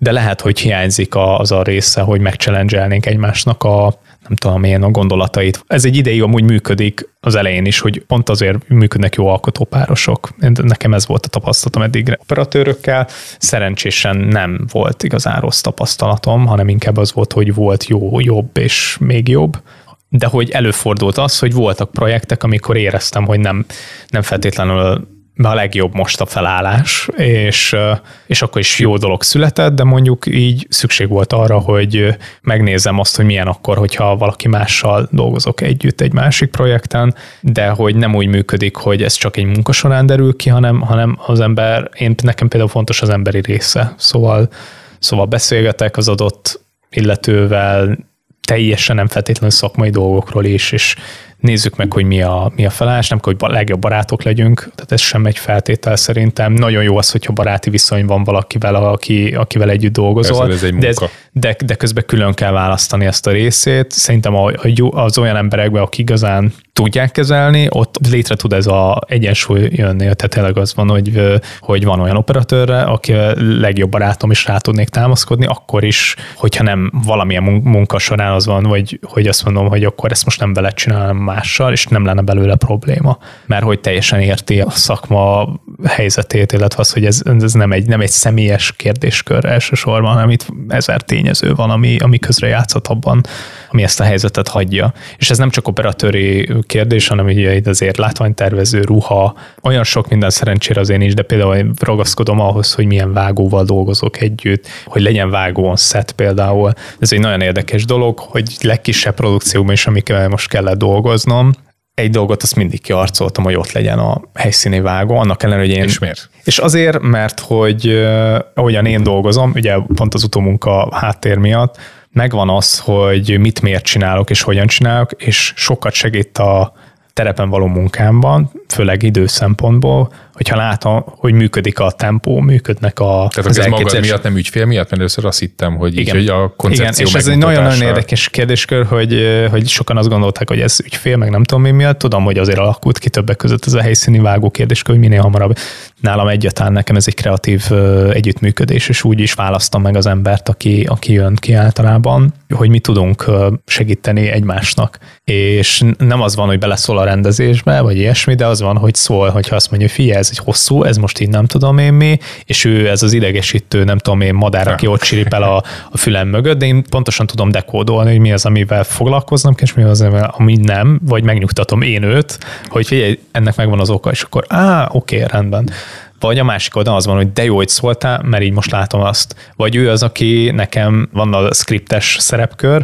Speaker 1: de lehet, hogy hiányzik az a része, hogy megchallenge-elnénk egymásnak nem tudom én, a gondolatait. Ez egy ideig amúgy működik az elején is, hogy pont azért működnek jó alkotópárosok. Nekem ez volt a tapasztalatom eddig operatőrökkel. Szerencsésen nem volt igazán rossz tapasztalatom, hanem inkább az volt, hogy volt jó, jobb és még jobb. De hogy előfordult az, hogy voltak projektek, amikor éreztem, hogy nem feltétlenül a legjobb most a felállás, és akkor is jó dolog született, de mondjuk így szükség volt arra, hogy megnézzem azt, hogy milyen akkor, hogyha valaki mással dolgozok együtt egy másik projekten, de hogy nem úgy működik, hogy ez csak egy munka során derül ki, hanem az ember, nekem például fontos az emberi része, szóval beszélgetek az adott illetővel, teljesen nem feltétlenül szakmai dolgokról is, és nézzük meg, hogy mi a felállás, nem kell, hogy a legjobb barátok legyünk, tehát ez sem egy feltétel szerintem. Nagyon jó az, hogyha baráti viszony van valakivel, akivel együtt dolgozol.
Speaker 3: Persze, ez egy munka.
Speaker 1: De közben külön kell választani ezt a részét. Szerintem az olyan emberekben, akik igazán tudják kezelni, ott létre tud ez az egyensúly jönni. Tehát tényleg az van, hogy van olyan operatőrre, aki a legjobb barátom is rá tudnék támaszkodni, akkor is, hogyha nem valamilyen munka során az van, hogy azt mondom, hogy akkor ezt most nem vele csinálom mással, és nem lenne belőle probléma. Mert hogy teljesen érti a szakma helyzetét, illetve az, hogy ez nem egy személyes kérdéskör elsősorban, hanem itt 1000 tényező van, ami közre játszhat abban, ami ezt a helyzetet hagyja. És ez nem csak operatőri kérdés, hanem ugye itt azért látványtervező, ruha, olyan sok minden szerencsére az én is, de például én ragaszkodom ahhoz, hogy milyen vágóval dolgozok együtt, hogy legyen vágó on set például. Ez egy nagyon érdekes dolog, hogy legkisebb produkcióban is, amikkel most kellett dolgoznom, egy dolgot azt mindig kiarcoltam, hogy ott legyen a helyszíni vágó, annak ellenére, hogy én...
Speaker 3: És miért?
Speaker 1: És azért, mert hogy ahogyan én dolgozom, ugye pont az utómunka háttér miatt, megvan az, hogy mit miért csinálok és hogyan csinálok, és sokat segít a terepen való munkámban, főleg idő szempontból, hogyha látom, hogy működik a tempó, működnek
Speaker 3: tehát ez maga miatt, nem ügyfél miatt, mert először azt hittem, hogy,
Speaker 1: igen.
Speaker 3: Így, hogy a koncepció.
Speaker 1: Igen, és ez egy nagyon-nagyon érdekes kérdéskör, hogy sokan azt gondolták, hogy ez ügyfél, meg nem tudom mi miatt. Tudom, hogy azért alakult ki többek között ez a helyszíni vágó kérdéskör, hogy minél hamarabb. Nálam egyáltalán nekem ez egy kreatív együttműködés, és úgy is választom meg az embert, aki jön ki általában, hogy mi tudunk segíteni egymásnek. És nem az van, hogy beleszól a rendezésbe, vagy ilyesmi, de az van, hogy szól, hogyha azt mondja, figyelj, ez egy hosszú, ez most így nem tudom én mi, és ő ez az idegesítő, nem tudom én, madár, aki ott csiripel a fülem mögött, de én pontosan tudom dekódolni, hogy mi az, amivel foglalkoznom kell, és mi az, ami nem, vagy megnyugtatom én őt, hogy figyelj, ennek megvan az oka, és akkor oké, rendben. Vagy a másik oldalon az van, hogy de jó, hogy szóltál, mert így most látom azt. Vagy ő az, aki nekem van a skriptes szerepkör,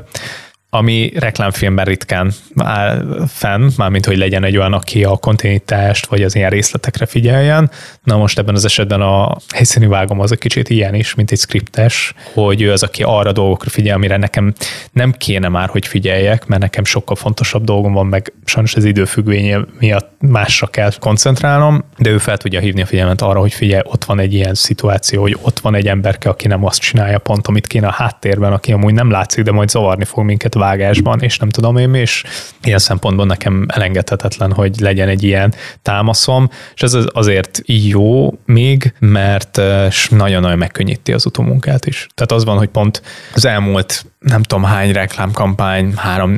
Speaker 1: ami reklámfilmben ritkán áll fenn, mármint hogy legyen egy olyan, aki a kontinuitást vagy az ilyen részletekre figyeljen. Na most ebben az esetben a helyszíni vágom az egy kicsit ilyen is, mint egy skriptes, hogy ő az, aki arra dolgokra figyel, amire nekem nem kéne már, hogy figyeljek, mert nekem sokkal fontosabb dolgom van, meg sajnos az időfüggvénye miatt másra kell koncentrálnom, de ő fel tudja hívni a figyelmet arra, hogy figyelj, ott van egy ilyen szituáció, hogy ott van egy emberke, aki nem azt csinálja pont, amit kéne a háttérben, aki amúgy nem látszik, de majd zavarni fog minket vágásban, és nem tudom én mi, és ilyen szempontból nekem elengedhetetlen, hogy legyen egy ilyen támaszom, és ez azért jó még, mert nagyon-nagyon megkönnyíti az utómunkát is. Tehát az van, hogy pont az elmúlt nem tudom hány reklámkampány,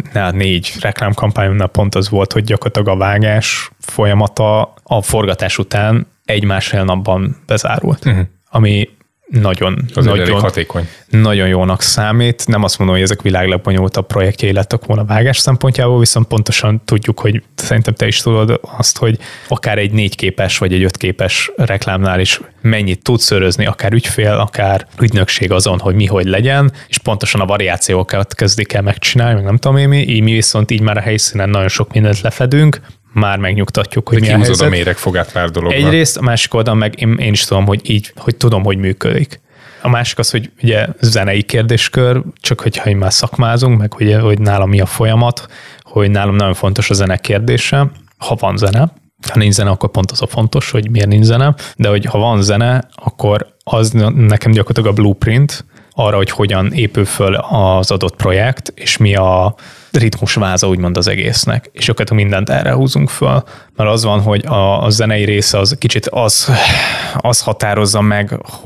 Speaker 1: 3-4 reklámkampánynál pont az volt, hogy gyakorlatilag a vágás folyamata a forgatás után 1-1,5 napban bezárult, ami nagyon
Speaker 3: hatékony.
Speaker 1: Nagyon jónak számít. Nem azt mondom, hogy ezek világ legbonyolultabb projektjei lettek volna vágás szempontjából, viszont pontosan tudjuk, hogy szerintem te is tudod azt, hogy akár egy 4 képes vagy egy 5 képes reklámnál is mennyit tud szörözni, akár ügyfél, akár ügynökség azon, hogy mi hogy legyen, és pontosan a variációkat kezdik el megcsinálni, meg nem tudom én mi, így mi viszont így már a helyszínen nagyon sok mindent lefedünk, már megnyugtatjuk, hogy mi a helyzet.
Speaker 3: Kihúzod a méregfogát pár dolognak.
Speaker 1: Egyrészt, a másik oldalon meg én is tudom, hogy tudom, hogy működik. A másik az, hogy ugye zenei kérdéskör, csak hogyha már szakmázunk, meg hogy nálam mi a folyamat, hogy nálam nagyon fontos a zene kérdése, ha van zene. Ha nincs zene, akkor pont az a fontos, hogy miért nincs zene, de hogy ha van zene, akkor az nekem gyakorlatilag a blueprint arra, hogy hogyan épül föl az adott projekt, és mi a ritmusváza úgymond az egésznek. És akkor mindent erre húzunk föl, mert az van, hogy a zenei része az kicsit az határozza meg, hogy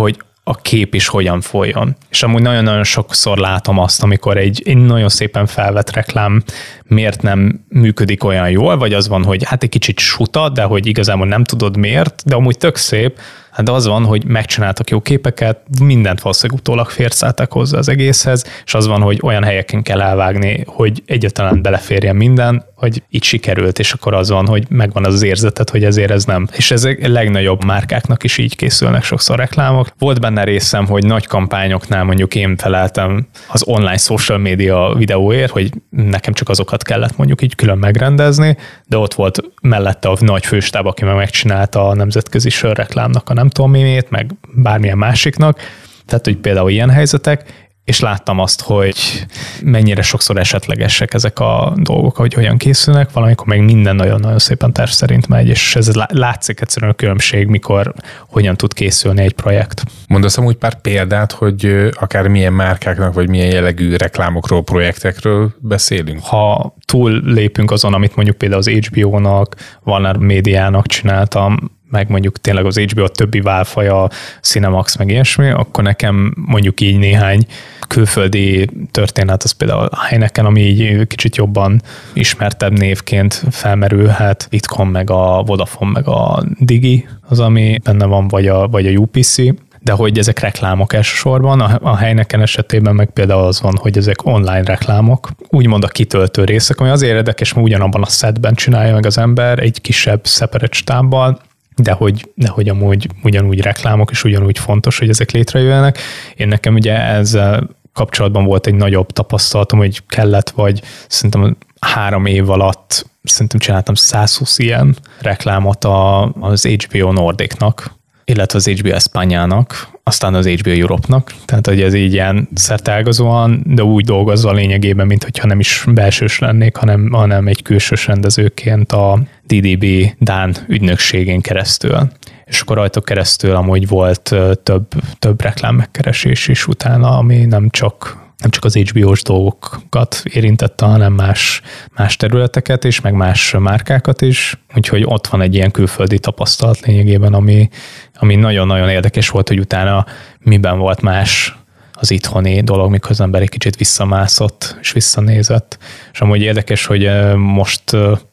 Speaker 1: a kép is hogyan folyjon. És amúgy nagyon-nagyon sokszor látom azt, amikor egy nagyon szépen felvett reklám miért nem működik olyan jól, vagy az van, hogy hát egy kicsit suta, de hogy igazából nem tudod miért, de amúgy tök szép. Hát az van, hogy megcsináltak jó képeket, mindent valószínűleg utólag férceltek hozzá az egészhez, és az van, hogy olyan helyeken kell elvágni, hogy egyáltalán beleférjen minden, hogy így sikerült, és akkor az van, hogy megvan az érzetet, hogy ezért ez nem. És ezek legnagyobb márkáknak is így készülnek sokszor reklámok. Volt benne részem, hogy nagy kampányoknál mondjuk én feleltem az online social media videóért, hogy nekem csak azokat kellett mondjuk így külön megrendezni, de ott volt mellette a nagy főstáb, aki meg megcsinálta a nemzetközi sörreklámnak a nem tudom miért, meg bármilyen másiknak. Tehát, hogy például ilyen helyzetek, és láttam azt, hogy mennyire sokszor esetlegesek ezek a dolgok, hogy hogyan készülnek, valamikor meg minden nagyon-nagyon szépen terv szerint megy, és ez látszik egyszerűen a különbség, mikor hogyan tud készülni egy projekt.
Speaker 3: Mondasz amúgy pár példát, hogy akár milyen márkáknak, vagy milyen jellegű reklámokról, projektekről beszélünk?
Speaker 1: Ha túl lépünk azon, amit mondjuk például az HBO-nak, Warner Médiának csináltam, meg mondjuk tényleg az HBO többi válfaja, Cinemax, meg ilyesmi, akkor nekem mondjuk így néhány külföldi történet, az például a Heineken, ami így kicsit jobban ismertebb névként felmerülhet, itthon meg a Vodafone, meg a Digi, az ami benne van, vagy a UPC, de hogy ezek reklámok elsősorban, a Heineken esetében meg például az van, hogy ezek online reklámok, úgymond a kitöltő részek, ami azért érdekes, mert ugyanabban a setben csinálja meg az ember, egy kisebb separate stábbal, de hogy amúgy ugyanúgy reklámok, és ugyanúgy fontos, hogy ezek létrejöjjenek. Én nekem ugye ezzel kapcsolatban volt egy nagyobb tapasztalatom, hogy kellett, vagy szerintem 3 év alatt szerintem csináltam 120 ilyen reklámot az HBO Nordicnak, illetve az HBO Espanyának, aztán az HBO Europe-nak, tehát hogy ez így ilyen szerteágazóan, de úgy dolgozva lényegében, mint hogyha nem is belsős lennék, hanem egy külsős rendezőként a DDB Dán ügynökségén keresztül. És akkor rajtuk keresztül amúgy volt több reklám megkeresés is utána, ami nem csak az HBO-s dolgokat érintette, hanem más területeket is, meg más márkákat is. Úgyhogy ott van egy ilyen külföldi tapasztalat lényegében, ami nagyon-nagyon érdekes volt, hogy utána miben volt más az itthoni dolog, mikor az ember egy kicsit visszamászott és visszanézett. És amúgy érdekes, hogy most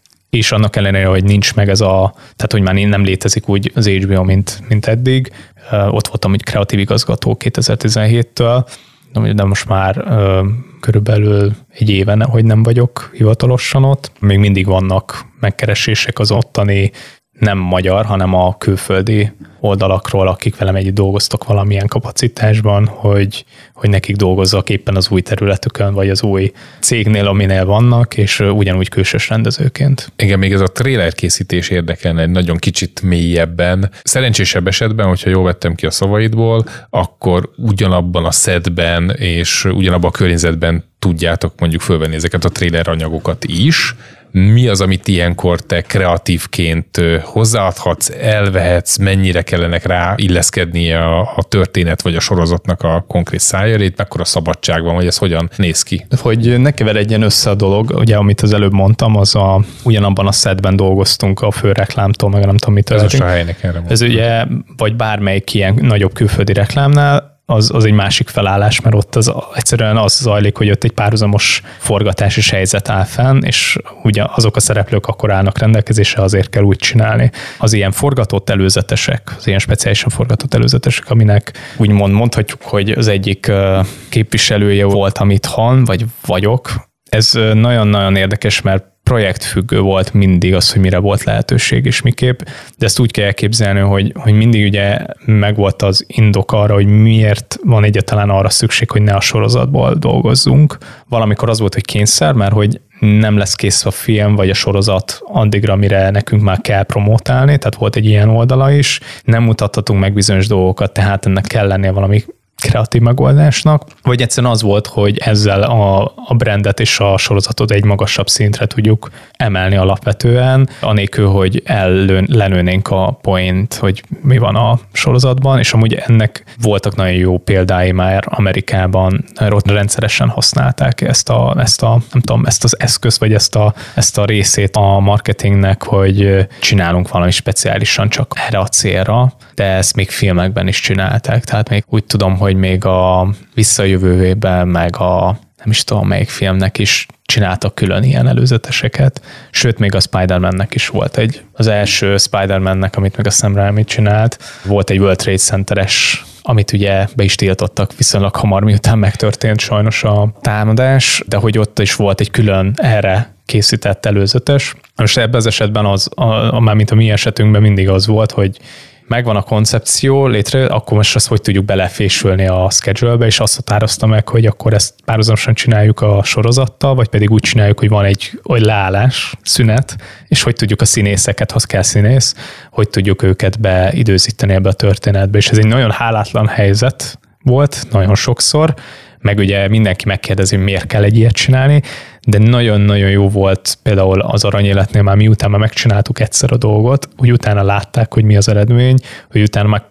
Speaker 1: és annak ellenére, hogy nincs meg tehát hogy már nem létezik úgy az HBO, mint eddig. Ott voltam úgy kreatív igazgató 2017-től, de most már körülbelül egy éve, hogy nem vagyok hivatalosan ott. Még mindig vannak megkeresések az ottani nem magyar, hanem a külföldi oldalakról, akik velem együtt dolgoztak valamilyen kapacitásban, hogy nekik dolgozzak éppen az új területükön, vagy az új cégnél, aminél vannak, és ugyanúgy külsős rendezőként.
Speaker 3: Igen, még ez a trailer készítés érdekelne egy nagyon kicsit mélyebben. Szerencsésebb esetben, hogyha jól vettem ki a szavaidból, akkor ugyanabban a setben és ugyanabban a környezetben tudjátok mondjuk fölvenni ezeket a trailer anyagokat is. Mi az, amit ilyenkor te kreatívként hozzáadhatsz, elvehetsz, mennyire kellene rá illeszkednie a történet vagy a sorozatnak a konkrét szájérét, mekkora szabadság van, vagy ez hogyan néz ki?
Speaker 1: Hogy ne keveredjen össze a dolog, ugye amit az előbb mondtam, ugyanabban a setben dolgoztunk a főreklámtól, meg nem tudom mit.
Speaker 3: Ez most a Heinekenre mondtam.
Speaker 1: Ez ugye, vagy bármelyik ilyen nagyobb külföldi reklámnál, az egy másik felállás, mert ott egyszerűen az zajlik, hogy ott egy párhuzamos forgatási helyzet áll fenn, és ugye azok a szereplők akkor állnak rendelkezésre, azért kell úgy csinálni. Az ilyen forgatott előzetesek, az ilyen speciálisan forgatott előzetesek, aminek úgymond mondhatjuk, hogy az egyik képviselője voltam itthon, vagy vagyok. Ez nagyon-nagyon érdekes, mert projektfüggő volt mindig az, hogy mire volt lehetőség és miképp, de ezt úgy kell elképzelni, hogy mindig ugye megvolt az indok arra, hogy miért van egyáltalán arra szükség, hogy ne a sorozatból dolgozzunk. Valamikor az volt, hogy kényszer, mert hogy nem lesz kész a film vagy a sorozat addigra, mire nekünk már kell promotálni, tehát volt egy ilyen oldala is, nem mutathatunk meg bizonyos dolgokat, tehát ennek kell lennie valami kreatív megoldásnak, vagy egyszerűen az volt, hogy ezzel a brandet és a sorozatot egy magasabb szintre tudjuk emelni alapvetően, anélkül, hogy lenőnénk a point, hogy mi van a sorozatban, és amúgy ennek voltak nagyon jó példái már Amerikában, rendszeresen használták ezt az eszközt, vagy ezt a részét a marketingnek, hogy csinálunk valami speciálisan csak erre a célra, de ezt még filmekben is csinálták, tehát még úgy tudom, hogy még a Visszajövőben, meg nem is tudom, melyik filmnek is csináltak külön ilyen előzeteseket, sőt, még a Spider-Mannek is volt az első Spider-Mannek, amit meg a Sam Raimi csinált, volt egy World Trade Center-es, amit ugye be is tiltottak viszonylag hamar, miután megtörtént sajnos a támadás, de hogy ott is volt egy külön erre készített előzetes. Most ebben az esetben mármint a mi esetünkben mindig az volt, hogy megvan a koncepció létre, akkor most azt hogy tudjuk belefésülni a schedule-be, és azt határozta meg, hogy akkor ezt párhuzamosan csináljuk a sorozattal, vagy pedig úgy csináljuk, hogy van egy leállás, szünet, és hogy tudjuk a színészeket, ha kell színész, hogy tudjuk őket beidőzíteni ebbe a történetbe. És ez egy nagyon hálátlan helyzet volt, nagyon sokszor, meg ugye mindenki megkérdezi, hogy miért kell egy ilyet csinálni, de nagyon-nagyon jó volt például az Aranyéletnél már miután már megcsináltuk egyszer a dolgot, úgy utána látták, hogy mi az eredmény, hogy utána már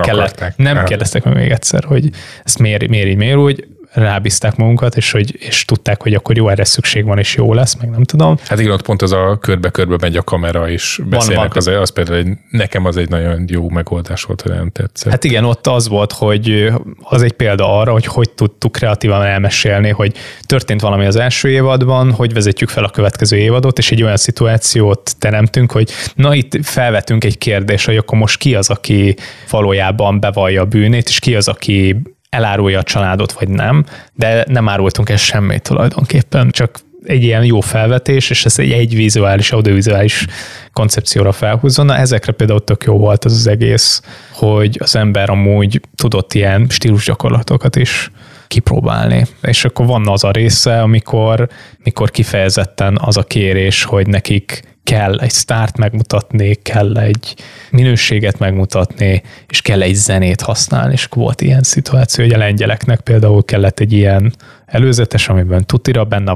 Speaker 1: nem kérdeztek meg még egyszer, hogy ezt miért úgy, rábízták magunkat, és tudták, hogy akkor jó, erre szükség van, és jó lesz, meg nem tudom.
Speaker 3: Hát igen, ott pont az a körbe-körbe megy a kamera, és beszélnek, az például nekem az egy nagyon jó megoldás volt, hogy nem tetszett.
Speaker 1: Hát igen, ott az volt, hogy az egy példa arra, hogy tudtuk kreatívan elmesélni, hogy történt valami az első évadban, hogy vezetjük fel a következő évadot, és egy olyan szituációt teremtünk, hogy na itt felvetünk egy kérdést, hogy akkor most ki az, aki valójában bevallja a bűnét, és ki az, aki elárulja a családot, vagy nem, de nem árultunk el semmit tulajdonképpen, csak egy ilyen jó felvetés, és ez egy vizuális, audiovizuális koncepcióra felhúzzon. Na, ezekre például tök jó volt az egész, hogy az ember amúgy tudott ilyen stílusgyakorlatokat is kipróbálni. És akkor van az a része, amikor kifejezetten az a kérés, hogy nekik kell egy sztárt megmutatni, kell egy minőséget megmutatni, és kell egy zenét használni, és volt ilyen szituáció, hogy a lengyeleknek például kellett egy ilyen előzetes, amiben tutira benne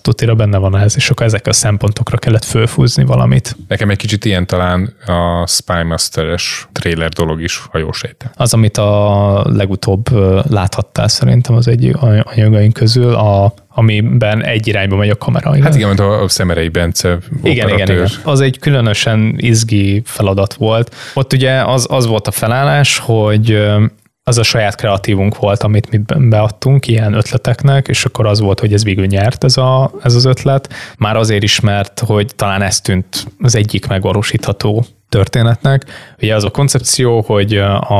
Speaker 1: van ez, és akkor ezek a szempontokra kellett fölfúzni valamit.
Speaker 3: Nekem egy kicsit ilyen talán a Spymaster-es trailer dolog is, ha jól sejtem.
Speaker 1: Az, amit a legutóbb láthattál szerintem az egy anyagaink közül, amiben egy irányba megy a kamera.
Speaker 3: Hát igen, mint a Szemerei Bence
Speaker 1: igen. Az egy különösen izgi feladat volt. Ott ugye az volt a felállás, hogy az a saját kreatívunk volt, amit mi beadtunk ilyen ötleteknek, és akkor az volt, hogy ez végül nyert ez az ötlet. Már azért is, mert hogy talán ez tűnt az egyik megvalósítható történetnek. Ugye az a koncepció, hogy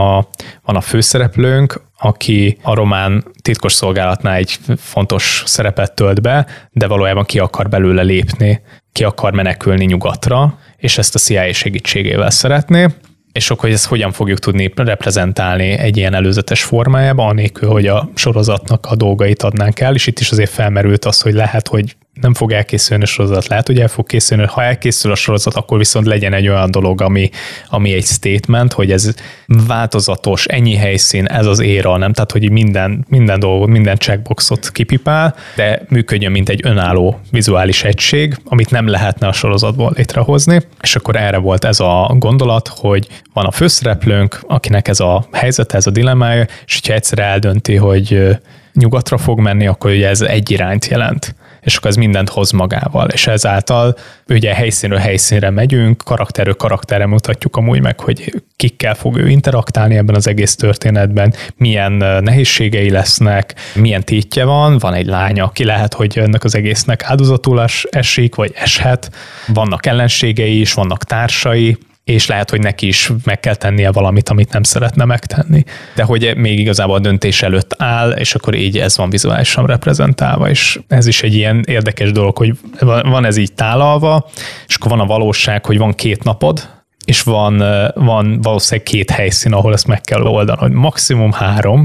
Speaker 1: van a főszereplőnk, aki a román titkosszolgálatnál egy fontos szerepet tölt be, de valójában ki akar belőle lépni, ki akar menekülni nyugatra, és ezt a CIA segítségével szeretné, és akkor ezt hogyan fogjuk tudni reprezentálni egy ilyen előzetes formájában, anélkül, hogy a sorozatnak a dolgait adnánk el, és itt is azért felmerült az, hogy lehet, hogy nem fog elkészülni a sorozat, lehet, hogy el fog készülni, ha elkészül a sorozat, akkor viszont legyen egy olyan dolog, ami egy statement, hogy ez változatos, ennyi helyszín, ez az éra, nem? Tehát, hogy minden dolgot, minden checkboxot kipipál, de működjön, mint egy önálló vizuális egység, amit nem lehetne a sorozatból létrehozni, és akkor erre volt ez a gondolat, hogy van a főszereplőnk, akinek ez a helyzet, ez a dilemmája, és hogyha egyszer eldönti, hogy nyugatra fog menni, akkor ugye ez egy irányt jelent, és akkor ez mindent hoz magával, és ezáltal ugye helyszínről helyszínre megyünk, karakterről karakterre mutatjuk amúgy meg, hogy kikkel fog ő interaktálni ebben az egész történetben, milyen nehézségei lesznek, milyen tétje van egy lánya, aki lehet, hogy ennek az egésznek áldozatul esik, vagy eshet, vannak ellenségei is, vannak társai, és lehet, hogy neki is meg kell tennie valamit, amit nem szeretne megtenni. De hogy még igazából a döntés előtt áll, és akkor így ez van vizuálisan reprezentálva, és ez is egy ilyen érdekes dolog, hogy van ez így tálalva, és akkor van a valóság, hogy van 2 napod, és van valószínűleg 2 helyszín, ahol ezt meg kell oldanod. Maximum 3,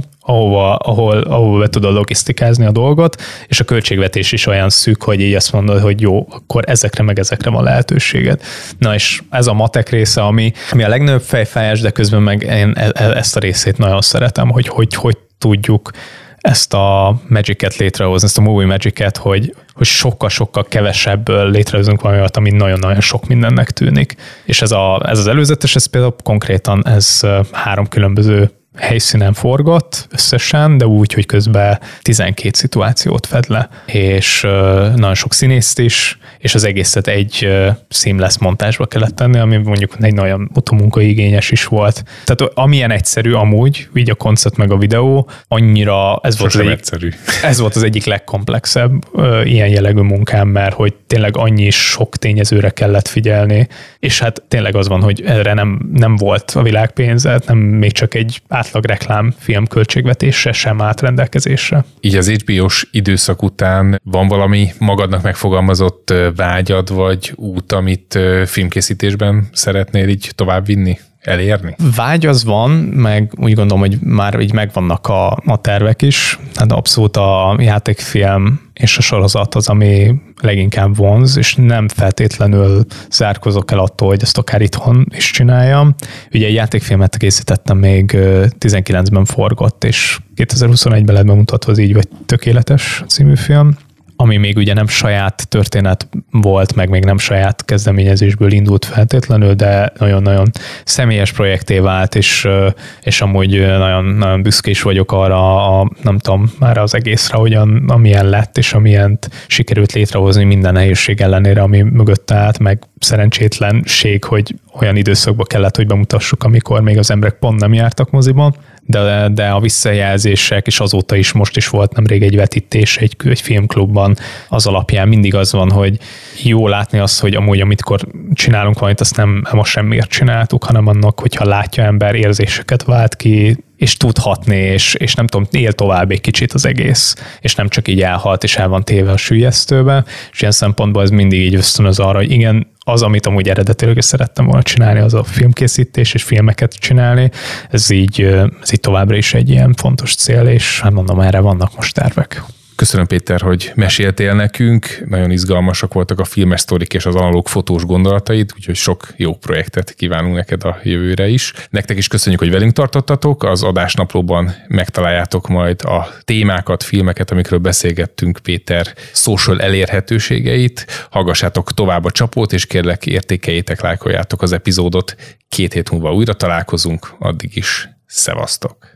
Speaker 1: ahol be tudod logisztikázni a dolgot, és a költségvetés is olyan szűk, hogy így azt mondod, hogy jó, akkor ezekre meg ezekre van lehetőséged. Na és ez a matek része, ami a legnagyobb fejfájás, de közben meg én ezt a részét nagyon szeretem, hogy tudjuk ezt a Magic-et létrehozni, ezt a Movie Magic-et, hogy sokkal-sokkal kevesebből létrehozunk valami olyat, ami nagyon-nagyon sok mindennek tűnik. És ez az előzetes, ez például konkrétan ez 3 különböző helyszínen forgott összesen, de úgy, hogy közben 12 szituációt fed le, és nagyon sok színészt is, és az egészet egy seamless montázsba kellett tenni, ami mondjuk egy nagyon utómunkaigényes is volt. Tehát amilyen egyszerű amúgy, így a koncept meg a videó, annyira ez volt az egyik legkomplexebb ilyen jellegű munkám, mert hogy tényleg annyi sok tényezőre kellett figyelni, és hát tényleg az van, hogy erre nem volt a világ pénze, nem még csak egy átlag reklámfilm költségvetése sem állt rendelkezésre.
Speaker 3: Így az HBO-s időszak után van valami magadnak megfogalmazott vágyad vagy út, amit filmkészítésben szeretnél így továbbvinni, elérni?
Speaker 1: Vágy az van, meg úgy gondolom, hogy már így megvannak a tervek is. Hát abszolút a játékfilm és a sorozat az, ami leginkább vonz, és nem feltétlenül zárkozok el attól, hogy ezt akár itthon is csináljam. Ugye egy játékfilmet készítettem még 19-ben forgott, és 2021-ben lett bemutatva az Így vagy tökéletes című film, ami még ugye nem saját történet volt, meg még nem saját kezdeményezésből indult feltétlenül, de nagyon-nagyon személyes projekté vált, és amúgy nagyon büszke is vagyok arra, nem tudom, már az egészre, amilyen lett, és amilyent sikerült létrehozni minden nehézség ellenére, ami mögött állt, meg szerencsétlenség, hogy olyan időszakba kellett, hogy bemutassuk, amikor még az emberek pont nem jártak moziban, de a visszajelzések, és azóta is most is volt nemrég egy vetítés egy filmklubban, az alapján mindig az van, hogy jó látni azt, hogy amúgy amikor csinálunk valamit, azt nem most semmiért csináltuk, hanem annak, hogyha látja ember, érzéseket vált ki, és tud hatni, és nem tudom, él tovább egy kicsit az egész, és nem csak így elhalt, és el van téve a süllyesztőbe, és ilyen szempontból ez mindig így ösztönöz arra, hogy igen, az, amit amúgy eredetileg szerettem volna csinálni, az a filmkészítés és filmeket csinálni, ez így továbbra is egy ilyen fontos cél, és hát mondom, erre vannak most tervek.
Speaker 3: Köszönöm, Péter, hogy meséltél nekünk. Nagyon izgalmasak voltak a filmes sztorik és az analóg fotós gondolataid, úgyhogy sok jó projektet kívánunk neked a jövőre is. Nektek is köszönjük, hogy velünk tartottatok. Az adásnaplóban megtaláljátok majd a témákat, filmeket, amikről beszélgettünk, Péter social elérhetőségeit. Hallgassátok tovább a Csapót, és kérlek értékeljétek, lájkoljátok az epizódot. 2 hét múlva újra találkozunk, addig is szevasztok!